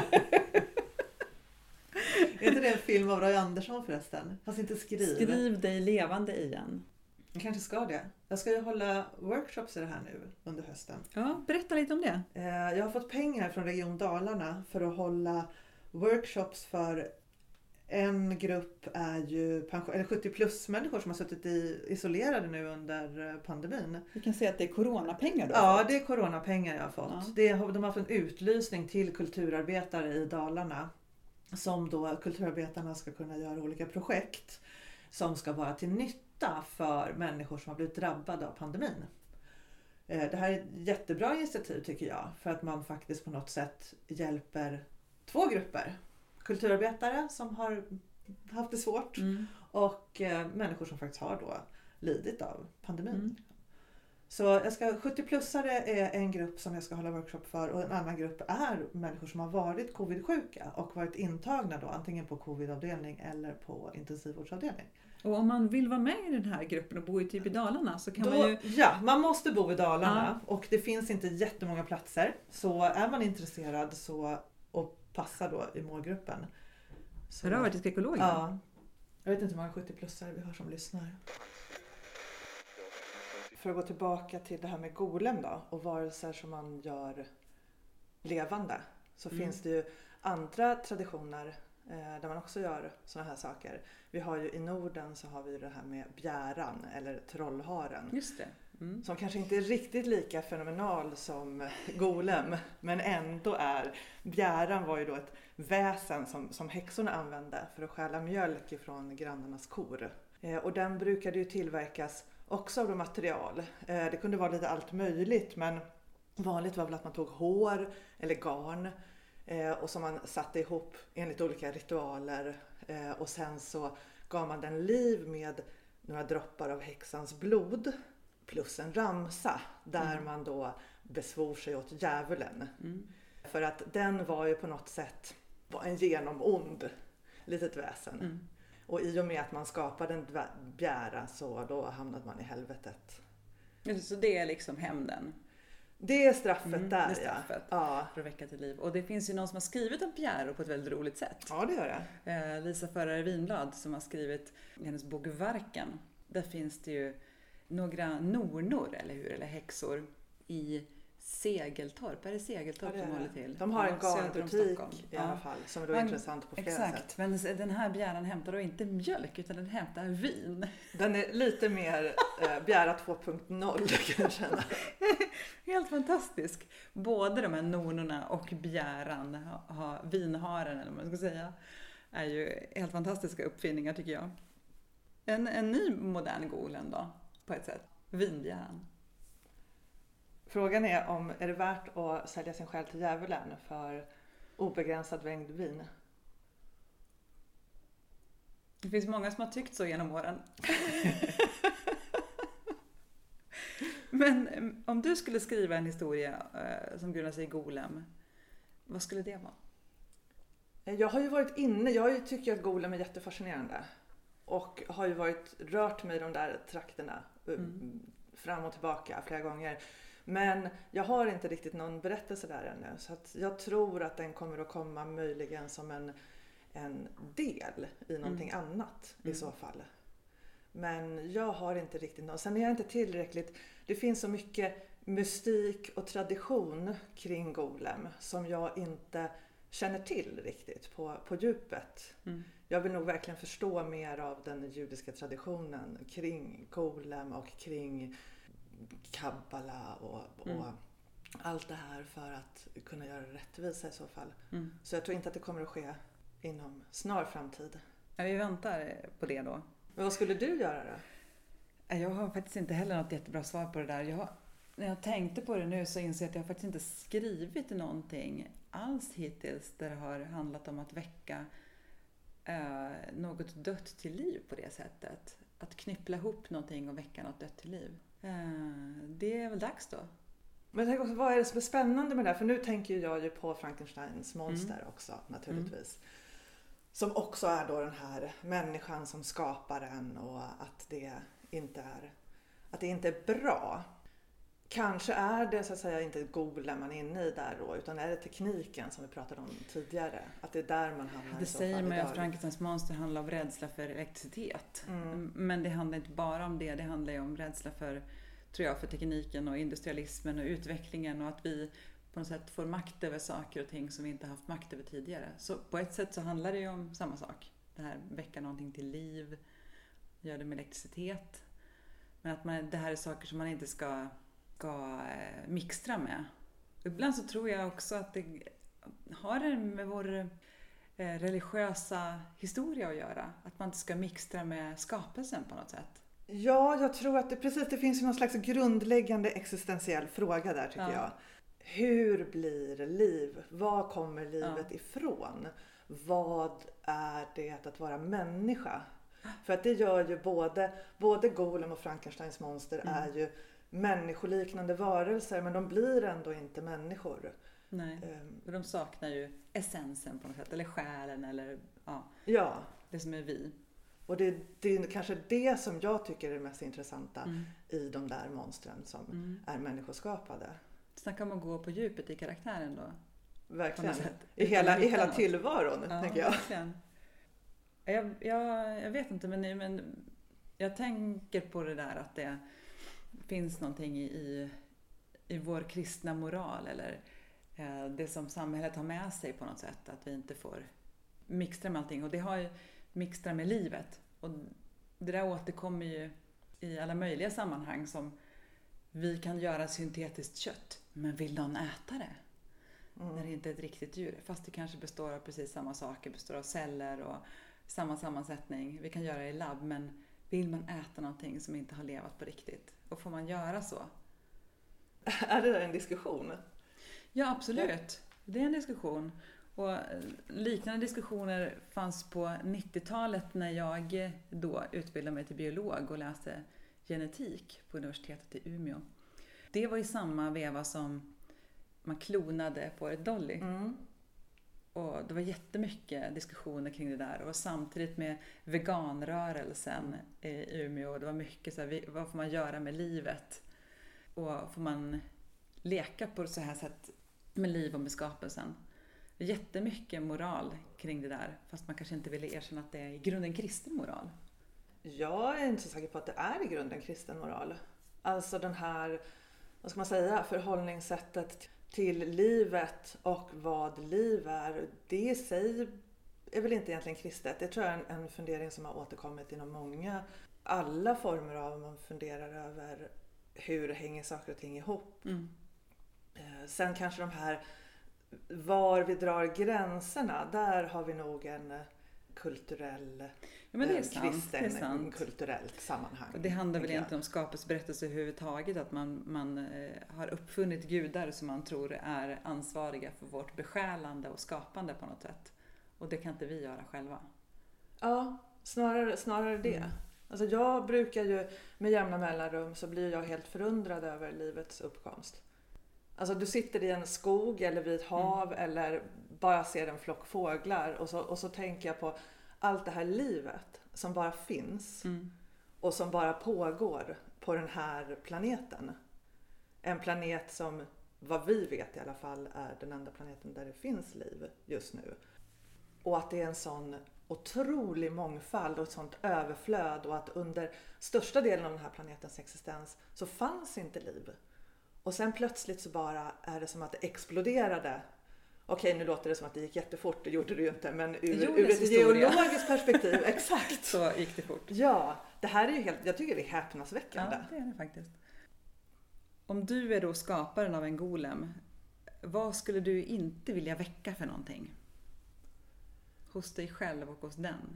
Är inte det en film av Roy Andersson förresten? Fast inte skriv. Skriv dig levande igen. Jag kanske ska det. Jag ska ju hålla workshops i det här nu under hösten. Ja, berätta lite om det. Jag har fått pengar från Region Dalarna för att hålla workshops för en grupp är ju pension, eller sjuttio plus människor som har suttit i, isolerade nu under pandemin. Vi kan säga att det är coronapengar då? Ja, det är coronapengar jag har fått. Ja. Det, de har haft en utlysning till kulturarbetare i Dalarna. Som då kulturarbetarna ska kunna göra olika projekt som ska vara till nytta för människor som har blivit drabbade av pandemin. Det här är ett jättebra initiativ tycker jag, för att man faktiskt på något sätt hjälper två grupper. Kulturarbetare som har haft det svårt mm. och människor som faktiskt har då lidit av pandemin. Mm. Så jag ska, sjuttio-plussare är en grupp som jag ska hålla workshop för, och en annan grupp är människor som har varit covid-sjuka och varit intagna då antingen på covid-avdelning eller på intensivvårdsavdelning. Och om man vill vara med i den här gruppen och bo i typ i Dalarna så kan då, man ju... Ja, man måste bo i Dalarna ja. Och det finns inte jättemånga platser. Så är man intresserad så, och passar då i målgruppen. Så, hör av er till Skräckologen. Ja. Jag vet inte hur många sjuttio-plussare vi har som lyssnar. För att gå tillbaka till det här med golem då och varelser som man gör levande, så mm. finns det ju andra traditioner eh, där man också gör såna här saker. Vi har ju i Norden så har vi det här med bjäran eller trollharen. Just det. Mm. Som kanske inte är riktigt lika fenomenal som Golem, men ändå är. Bjäran var ju då ett väsen som, som häxorna använde för att stjäla mjölk ifrån grannarnas kor. Eh, och den brukade ju tillverkas också av de material. Eh, det kunde vara lite allt möjligt, men vanligt var väl att man tog hår eller garn eh, och som man satte ihop enligt olika ritualer. Eh, och sen så gav man den liv med några droppar av häxans blod plus en ramsa där mm. man då besvor sig åt djävulen. Mm. För att den var ju på något sätt var en genomond litet väsen. Mm. Och i och med att man skapade en bjära så då hamnade man i helvetet. Så det är liksom hämnden? Det är straffet mm, där, det är straffet ja. För att väcka till liv. Och det finns ju någon som har skrivit om bjäror på ett väldigt roligt sätt. Ja, det gör det. Eh, Lisa Förare Winblad som har skrivit hennes bok Varken. Där finns det ju några nornor, eller hur? Eller häxor i Segeltorp. Är det Segeltorp ja, det är. som håller till? De har en garnbutik i alla fall som är då ja, intressant på flera exakt. sätt. Men den här bjäran hämtar då inte mjölk utan den hämtar vin. Den är lite mer eh, bjära två punkt noll kan jag känna. Helt fantastisk. Både de här nornorna och bjäran, ha, ha, vinharen eller vad man ska säga, är ju helt fantastiska uppfinningar tycker jag. En, en ny modern golem då, på ett sätt. Vinbjäran. Frågan är om är det värt att sälja sin själ till djävulen för obegränsad mängd vin? Det finns många som har tyckt så genom åren. Men om du skulle skriva en historia eh, som grundar sig i golem, vad skulle det vara? Jag har ju varit inne, jag har ju tycker att golem är jättefascinerande. Och har ju varit rört mig i de där trakterna mm. fram och tillbaka flera gånger. Men jag har inte riktigt någon berättelse där ännu. Så att jag tror att den kommer att komma möjligen som en, en del i någonting mm. annat i mm. så fall. Men jag har inte riktigt någon. Sen är jag inte tillräckligt. Det finns så mycket mystik och tradition kring golem som jag inte känner till riktigt på, på djupet. Mm. Jag vill nog verkligen förstå mer av den judiska traditionen kring golem och kring kabbala och, och mm. allt det här för att kunna göra rättvisa i så fall. Mm. Så jag tror inte att det kommer att ske inom snar framtid. Ja, vi väntar på det då. Men vad skulle du göra då? Jag har faktiskt inte heller något jättebra svar på det där. Jag har, när jag tänkte på det nu så inser jag att jag faktiskt inte skrivit någonting alls hittills där det har handlat om att väcka eh, något dött till liv på det sättet. Att knyppla ihop någonting och väcka något dött till liv. Eh, det är väl dags då. Men tänk också, vad är det som är spännande med det här? För nu tänker jag ju på Frankensteins monster mm. också naturligtvis. Mm. Som också är då den här människan som skapar den och att det inte är, att det inte är bra. Kanske är det så att säga inte golem man är inne i där då, utan är det tekniken som vi pratade om tidigare? Att det är där man hamnar. Det säger mig att Frankensteins monster handlar om rädsla för elektricitet. Mm. Men det handlar inte bara om det, det handlar ju om rädsla för, tror jag, för tekniken och industrialismen och utvecklingen och att vi på något sätt får makt över saker och ting som vi inte haft makt över tidigare. Så på ett sätt så handlar det ju om samma sak. Det här väcka någonting till liv, gör det med elektricitet. Men att man, det här är saker som man inte ska, ska eh, mixtra med. Ibland så tror jag också att det har det med vår eh, religiösa historia att göra. Att man inte ska mixtra med skapelsen på något sätt. Ja, jag tror att det, precis, det finns ju någon slags grundläggande existentiell fråga där tycker ja. jag. Hur blir liv? Var kommer livet ja. ifrån? Vad är det att vara människa? För att det gör ju både, både Golem och Frankensteins monster mm. är ju människoliknande varelser, men de blir ändå inte människor. Nej, um, för de saknar ju essensen på något sätt, eller själen, eller ja, ja. det som är vi. Och det, det är kanske det som jag tycker är det mest intressanta mm. i de där monstren som mm. är människoskapade. Snacka om att gå på djupet i karaktären då. Verkligen. I hela, i hela tillvaron, ja, tänker jag. Verkligen. Jag, jag, jag vet inte, men, men jag tänker på det där att det finns någonting i, i, i vår kristna moral eller eh, det som samhället har med sig på något sätt. Att vi inte får mixtra med allting. Och det har ju mixtra med livet. Och det där återkommer ju i alla möjliga sammanhang som vi kan göra syntetiskt kött, men vill någon äta det? Mm. När det inte är ett riktigt djur. Fast det kanske består av precis samma saker, består av celler och samma sammansättning. Vi kan göra det i labb, men vill man äta någonting som inte har levat på riktigt? Och får man göra så? Är det där en diskussion? Ja, absolut. Det är en diskussion. Och liknande diskussioner fanns på nittiotalet när jag då utbildade mig till biolog och läste genetik på universitetet i Umeå. Det var i samma veva som man klonade på ett Dolly. Mm. Och det var jättemycket diskussioner kring det där. Och samtidigt med veganrörelsen i Umeå. Det var mycket så här, vad får man göra med livet? Och får man leka på så här sätt med liv och med skapelsen? Jättemycket moral kring det där. Fast man kanske inte ville erkänna att det är i grunden kristen moral. Jag är inte så säker på att det är i grunden kristen moral. Alltså den här, vad ska man säga, förhållningssättet till livet och vad liv är. Det i sig är väl inte egentligen kristet. Det tror jag är en, en fundering som har återkommit inom många. Alla former av man funderar över hur hänger saker och ting ihop. Mm. Sen kanske de här var vi drar gränserna, där har vi nog en kulturell, ja, men det är sant, kristen, det är sant. kulturellt sammanhang. Och det handlar väl egentligen om skapelseberättelse överhuvudtaget, att man, man eh, har uppfunnit gudar som man tror är ansvariga för vårt besjälande och skapande på något sätt. Och det kan inte vi göra själva. Ja, snarare, snarare det. Mm. Alltså jag brukar ju med jämna mellanrum så blir jag helt förundrad över livets uppkomst. Alltså du sitter i en skog eller vid ett hav mm. eller bara ser en flock fåglar och så, och så tänker jag på allt det här livet som bara finns mm. och som bara pågår på den här planeten. En planet som, vad vi vet i alla fall, är den enda planeten där det finns liv just nu. Och att det är en sån otrolig mångfald och ett sånt överflöd, och att under största delen av den här planetens existens så fanns inte liv. Och sen plötsligt så bara är det som att det exploderade. Okej, nu låter det som att det gick jättefort, det gjorde det ju inte, men ur, ur ett geologiskt perspektiv, exakt. Så gick det fort. Ja, det här är ju helt, jag tycker det är häpnadsväckande. Ja, det är det faktiskt. Om du är då skaparen av en golem, vad skulle du inte vilja väcka för någonting? Hos dig själv och hos den?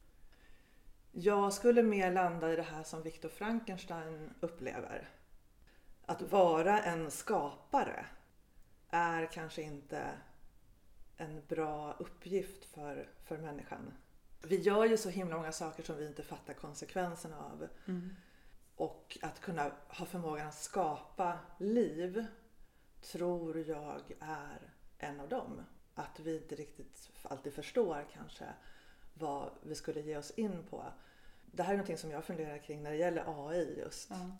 Jag skulle mer landa i det här som Viktor Frankenstein upplever. Att vara en skapare är kanske inte en bra uppgift för, för människan. Vi gör ju så himla många saker som vi inte fattar konsekvenserna av. Mm. Och att kunna ha förmågan att skapa liv tror jag är en av dem. Att vi inte riktigt alltid förstår kanske vad vi skulle ge oss in på. Det här är någonting som jag funderar kring när det gäller A I just. Mm.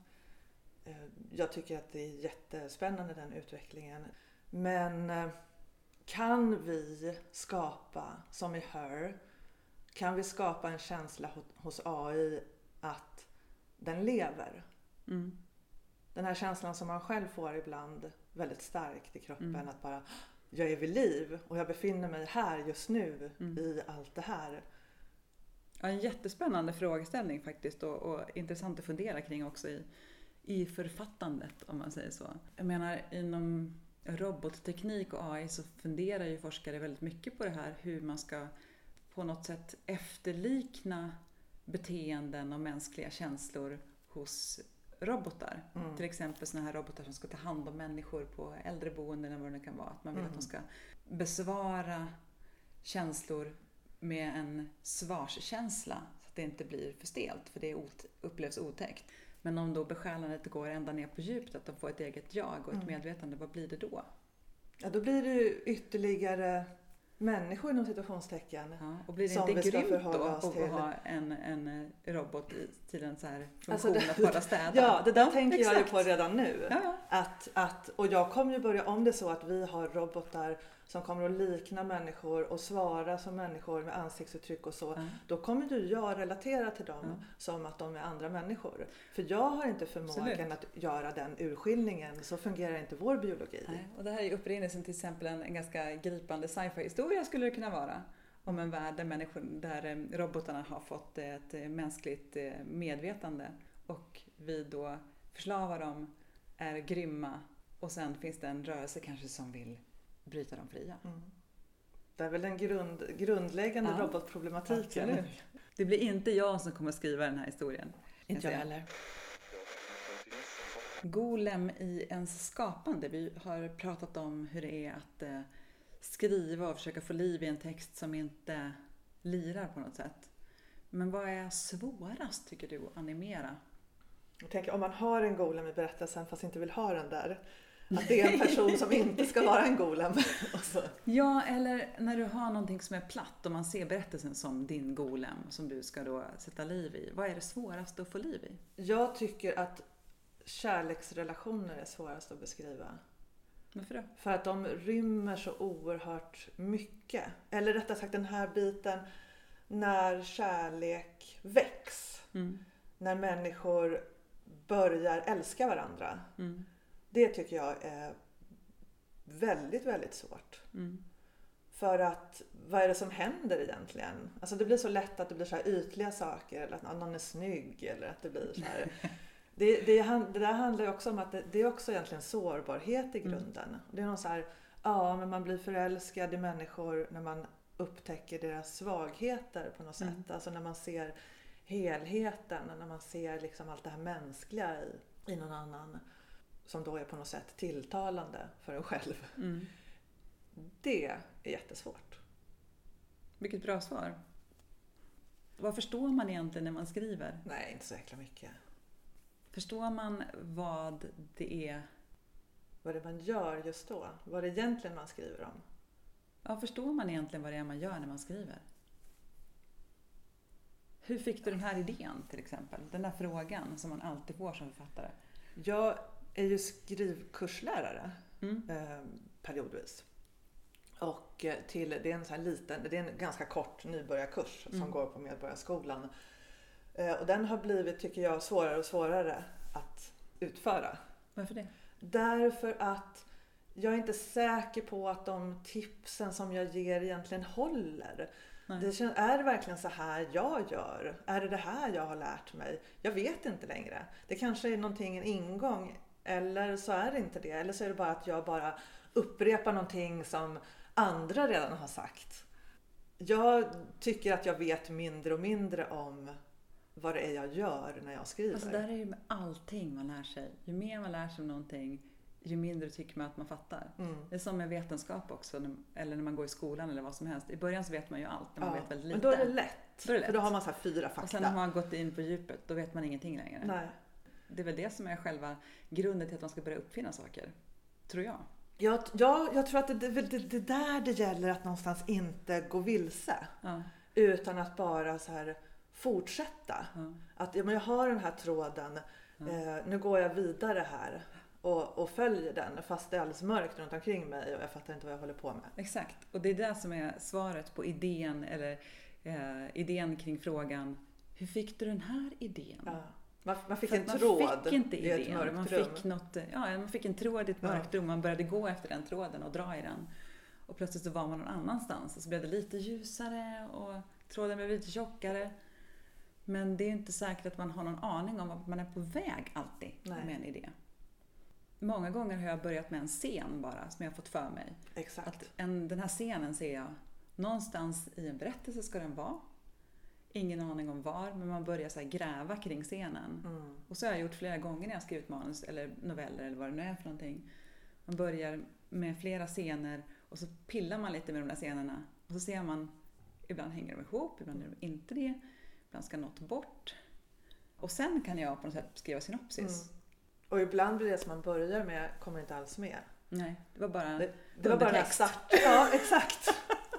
Jag tycker att det är jättespännande, den utvecklingen. Men kan vi skapa, som i Her, kan vi skapa en känsla hos A I att den lever? Mm. Den här känslan som man själv får ibland väldigt starkt i kroppen, mm. att bara, jag är vid liv och jag befinner mig här just nu mm. i allt det här. Ja, en jättespännande frågeställning faktiskt, och, och intressant att fundera kring också i i författandet, om man säger så. Jag menar, inom robotteknik och A I så funderar ju forskare väldigt mycket på det här, hur man ska på något sätt efterlikna beteenden och mänskliga känslor hos robotar. Mm. Till exempel såna här robotar som ska ta hand om människor på äldreboenden eller vad det kan vara. Att man vill mm. att de ska besvara känslor med en svarskänsla så att det inte blir för stelt, för det upplevs otäckt. Men om då besjälandet går ända ner på djupet, att de får ett eget jag och ett mm. medvetande, vad blir det då? Ja, då blir det ju ytterligare människor inom situationstecken. Ja, och blir det inte grymt då att ha en, en robot i, till en så här funktion alltså det, att bara städa? Ja, det där ja, tänker exakt. jag ju på redan nu. Ja. Att, att, och jag kommer ju börja, om det så att vi har robotar som kommer att likna människor och svara som människor med ansiktsuttryck och så, mm. då kommer ju jag relatera till dem mm. som att de är andra människor. För jag har inte förmågan Absolut. att göra den urskiljningen, så fungerar inte vår biologi. Nej, och det här är upprinnelsen till exempel en, en ganska gripande sci-fi-historia skulle det kunna vara. Om en värld där, människor, där robotarna har fått ett mänskligt medvetande och vi då förslavar dem är grymma och sen finns det en rörelse kanske som vill bryta dem fria. Mm. Det är väl den grund, grundläggande ja. robotproblematiken. Absolut. Det blir inte jag som kommer skriva den här historien. Inte jag heller. Golem i ens skapande. Vi har pratat om hur det är att eh, skriva och försöka få liv i en text som inte lirar på något sätt. Men vad är svårast tycker du att animera? Jag tänker om man har en golem i berättelsen fast inte vill ha den där. Att det är en person som inte ska vara en golem. Ja, eller när du har någonting som är platt och man ser berättelsen som din golem som du ska då sätta liv i. Vad är det svåraste att få liv i? Jag tycker att kärleksrelationer är svårast att beskriva. Varför då? För att de rymmer så oerhört mycket. Eller rättare sagt den här biten när kärlek väcks. Mm. När människor börjar älska varandra. Mm. Det tycker jag är väldigt, väldigt svårt. Mm. För att, vad är det som händer egentligen? Alltså det blir så lätt att det blir så här ytliga saker. Eller att någon är snygg. Eller att det blir så här. det, det, det där handlar ju också om att det, det är också egentligen sårbarhet i grunden. Mm. Det är någon så här, ja men man blir förälskad i människor när man upptäcker deras svagheter på något sätt. Mm. Alltså när man ser helheten. När man ser liksom allt det här mänskliga i, i någon annan. Som då är på något sätt tilltalande för en själv. Mm. Det är jättesvårt. Vilket bra svar. Vad förstår man egentligen när man skriver? Nej, inte så jäkla mycket. Förstår man vad det är? Vad det man gör just då? Vad det egentligen man skriver om? Ja, förstår man egentligen vad det är man gör när man skriver? Hur fick du den här idén till exempel? Den där frågan som man alltid får som författare. Jag är ju skrivkurslärare mm. eh, periodvis. Och till, det är en sån här liten, det är en ganska kort nybörjarkurs mm. som går på Medborgarskolan. Eh, och den har blivit, tycker jag, svårare och svårare att utföra. Varför det? Därför att jag är inte säker på att de tipsen som jag ger egentligen håller. Det känns, är det verkligen så här jag gör? Är det det här jag har lärt mig? Jag vet inte längre. Det kanske är någonting, en ingång. Eller så är det inte det. Eller så är det bara att jag bara upprepar någonting som andra redan har sagt. Jag tycker att jag vet mindre och mindre om vad det är jag gör när jag skriver. Alltså där är ju med allting man lär sig. Ju mer man lär sig om någonting, ju mindre tycker man att man fattar. Mm. Det är som med vetenskap också, eller när man går i skolan eller vad som helst. I början så vet man ju allt, när man ja, vet väldigt lite. Men då är det lätt, då är det lätt. För då har man så här fyra fakta. Och sen när man har gått in på djupet, då vet man ingenting längre. Nej. Det är väl det som är själva grunden till att man ska börja uppfinna saker, tror jag. Ja, ja jag tror att det, det, det, det där det gäller att någonstans inte gå vilse. Ja. Utan att bara så här fortsätta. Ja. Att ja, men jag har den här tråden, ja. eh, nu går jag vidare här. Och, och följer den fast det är alldeles mörkt runt omkring mig och jag fattar inte vad jag håller på med. Exakt, och det är det som är svaret på idén eller eh, idén kring frågan, hur fick du den här idén? Ja. Man, man fick För en man tråd fick inte i ett mörkt man rum. Fick något, ja, man fick en tråd i ett mörkt ja. rum, man började gå efter den tråden och dra i den. Och plötsligt så var man någon annanstans och så blev det lite ljusare och tråden blev lite tjockare. Men det är inte säkert att man har någon aning om att man är på väg alltid Nej. Med en idé. Många gånger har jag börjat med en scen bara som jag har fått för mig. Exakt. Att en, den här scenen ser jag någonstans i en berättelse ska den vara. Ingen aning om var, men man börjar så här gräva kring scenen. Mm. Och så har jag gjort flera gånger när jag har skrivit manus eller noveller eller vad det nu är för någonting. Man börjar med flera scener och så pillar man lite med de där scenerna. Och så ser man, ibland hänger de ihop, ibland är de inte det. Ibland ska något bort. Och sen kan jag på något sätt skriva synopsis. Mm. Och ibland blir det som man börjar med kommer inte alls med. Nej, det var bara det, det var bara start. Ja, exakt.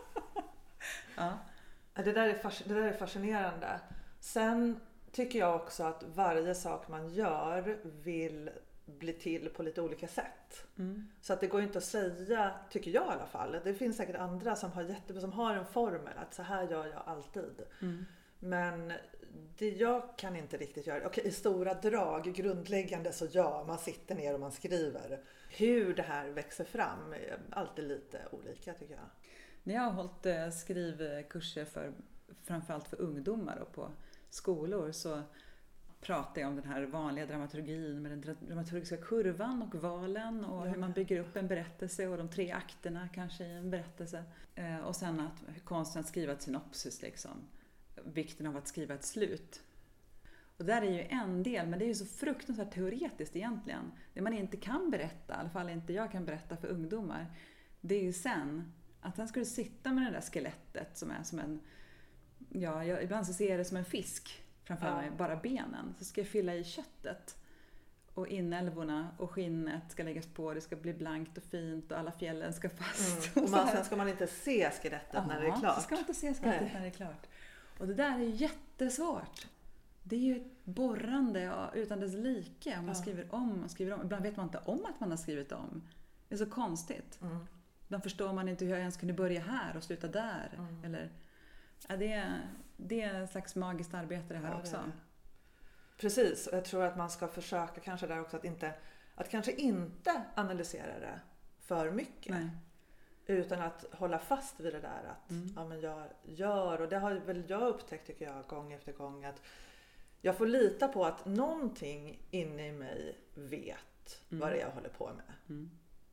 ja. Det där, är fas- det där är fascinerande. Sen tycker jag också att varje sak man gör vill bli till på lite olika sätt. Mm. Så att det går inte att säga, tycker jag i alla fall. Det finns säkert andra som har, jätte, som har en formel att så här gör jag alltid. Mm. Men det jag kan inte riktigt göra. Okej, i stora drag, grundläggande så ja, man sitter ner och man skriver. Hur det här växer fram är alltid lite olika tycker jag. När jag har hållit skrivkurser för, framförallt för ungdomar och på skolor så pratar jag om den här vanliga dramaturgin med den dramaturgiska kurvan och valen och hur man bygger upp en berättelse och de tre akterna kanske i en berättelse. Och sen att konsten att skriva ett synopsis liksom. Vikten av att skriva ett slut. Och där är ju en del, men det är ju så fruktansvärt teoretiskt egentligen. Det man inte kan berätta, i alla fall inte jag kan berätta för ungdomar, det är ju sen att sen ska du sitta med det där skelettet som är som en, ja, jag, ibland så ser jag det som en fisk framför ja. mig, bara benen. Så ska jag fylla i köttet och inälvorna och skinnet ska läggas på, det ska bli blankt och fint och alla fjällen ska fast. Mm. Och man, sen ska man inte se skelettet Aha, när det är klart. Så ska man inte se skelettet Nej. när det är klart. Och det där är jättesvårt. Det är ju ett borrande utan dess like. Man ja. skriver om, man skriver om. Ibland vet man inte om att man har skrivit om. Det är så konstigt. Mm. Ibland förstår man inte hur jag ens kunde börja här och sluta där. Mm. Eller, ja, det, är, det är en slags magiskt arbete det här ja, också. Det Precis, och jag tror att man ska försöka kanske där också att inte att kanske inte analysera det för mycket. Nej. Utan att hålla fast vid det där att mm. ja, men jag gör, och det har väl jag upptäckt tycker jag gång efter gång, att jag får lita på att någonting inne i mig vet mm. vad det är jag håller på med. Mm.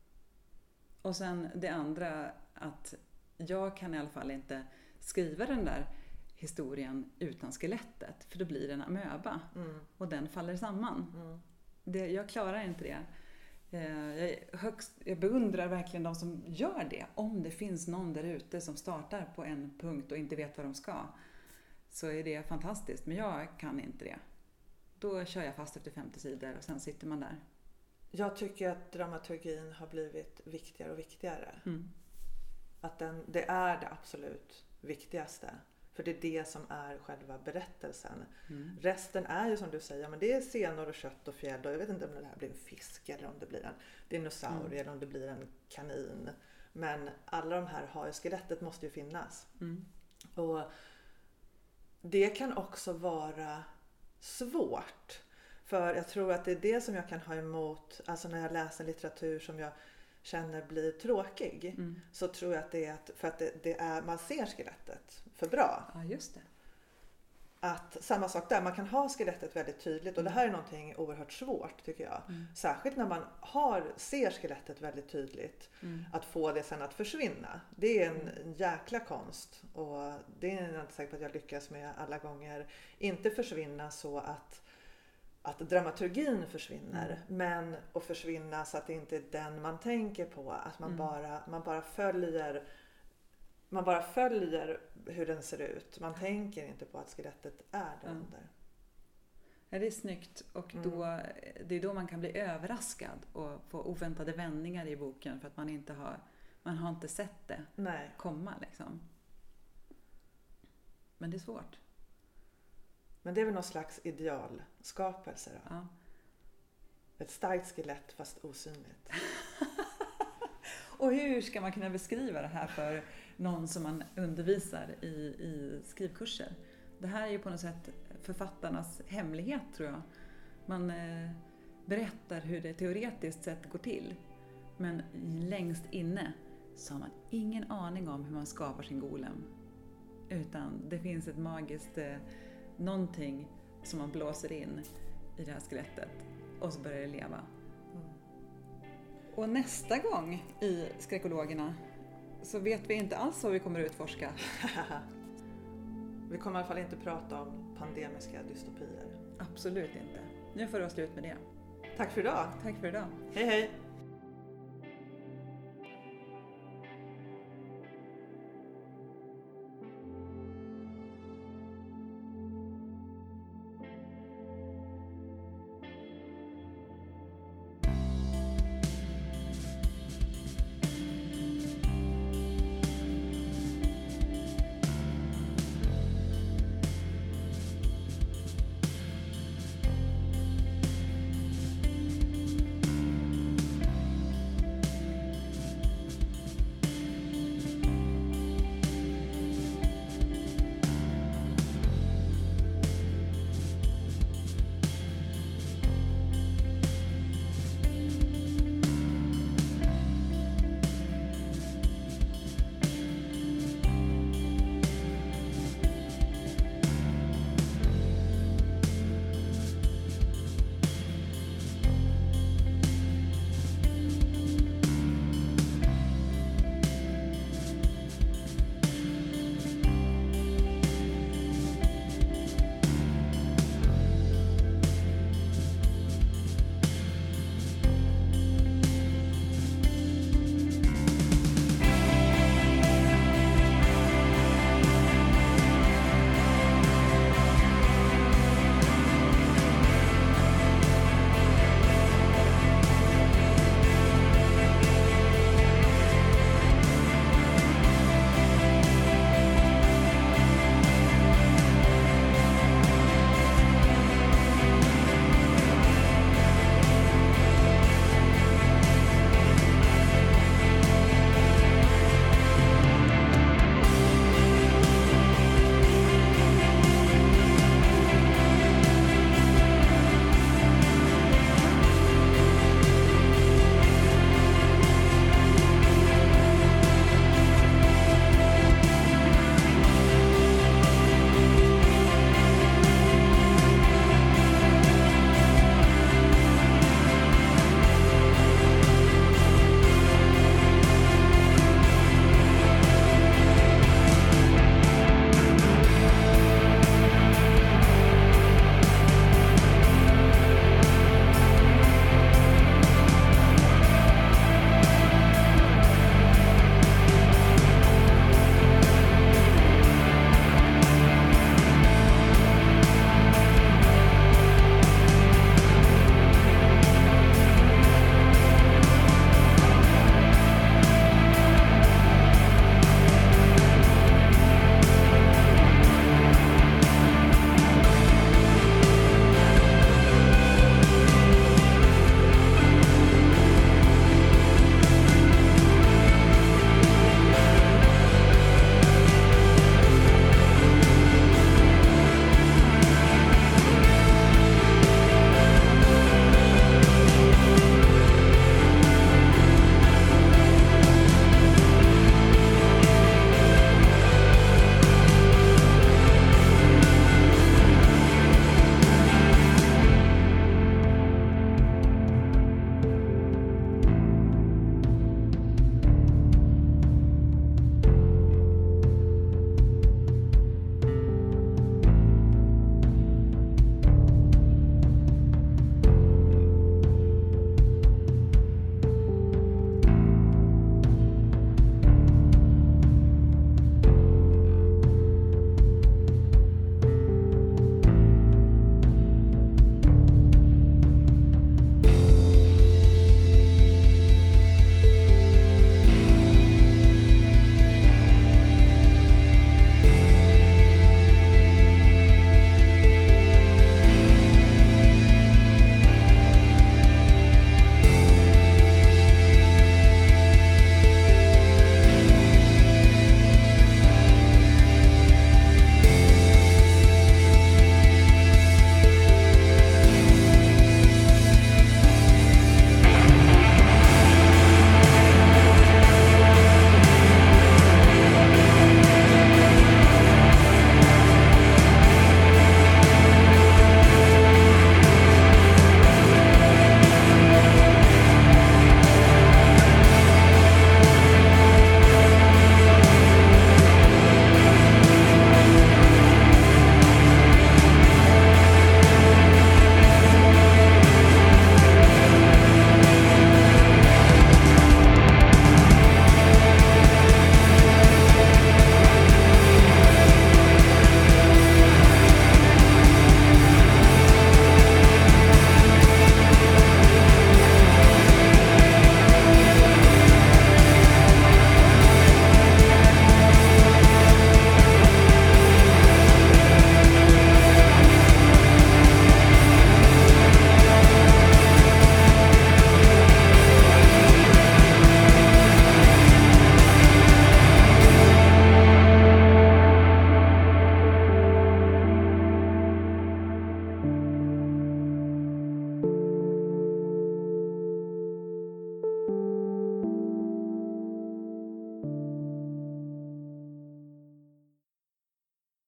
Och sen det andra, att jag kan i alla fall inte skriva den där historien utan skelettet, för då blir det en amöba mm. och den faller samman. Mm. Det, jag klarar inte det. Jag, högst, jag beundrar verkligen de som gör det. Om det finns någon där ute som startar på en punkt och inte vet vad de ska, så är det fantastiskt. Men jag kan inte det. Då kör jag fast efter femtio sidor och sen sitter man där. Jag tycker att dramaturgin har blivit viktigare och viktigare. Mm. Att den, det är det absolut viktigaste. För det är det som är själva berättelsen. Mm. Resten är ju som du säger, men det är scener och kött och fjäll. Och jag vet inte om det här blir en fisk eller om det blir en dinosaurie mm. eller om det blir en kanin. Men alla de här har ju, skelettet måste ju finnas. Mm. Och det kan också vara svårt. För jag tror att det är det som jag kan ha emot, alltså när jag läser litteratur som jag känner blir tråkig, mm. så tror jag att det är att, för att det, det är, man ser skelettet för bra. Ja, just det. Att samma sak där, man kan ha skelettet väldigt tydligt, och det här är någonting oerhört svårt tycker jag. Mm. Särskilt när man har, ser skelettet väldigt tydligt, mm. att få det sen att försvinna. Det är en, mm. en jäkla konst, och det är jag inte säker på att jag lyckas med alla gånger. Inte försvinna så att att dramaturgin försvinner, mm. men att försvinna så att det inte är den man tänker på, att man mm. bara man bara följer man bara följer hur den ser ut. Man tänker inte på att skelettet är där mm. under. Ja, det är snyggt, och då mm. det är då man kan bli överraskad och få oväntade vändningar i boken, för att man inte har man har inte sett det Nej. komma liksom. Men det är svårt. Men det är väl någon slags idealskapelse då? Ja. Ett starkt skelett fast osynligt. Och hur ska man kunna beskriva det här för någon som man undervisar i, i skrivkurser? Det här är ju på något sätt författarnas hemlighet, tror jag. Man eh, berättar hur det teoretiskt sett går till. Men längst inne så har man ingen aning om hur man skapar sin golem. Utan det finns ett magiskt... Eh, någonting som man blåser in i det här skelettet, och så börjar det leva. Mm. Och nästa gång i Skräckologerna så vet vi inte alls vad vi kommer att utforska. Vi kommer i alla fall inte prata om pandemiska dystopier. Absolut inte. Nu får det vara slut med det. Tack för idag. Tack för idag. Hej hej.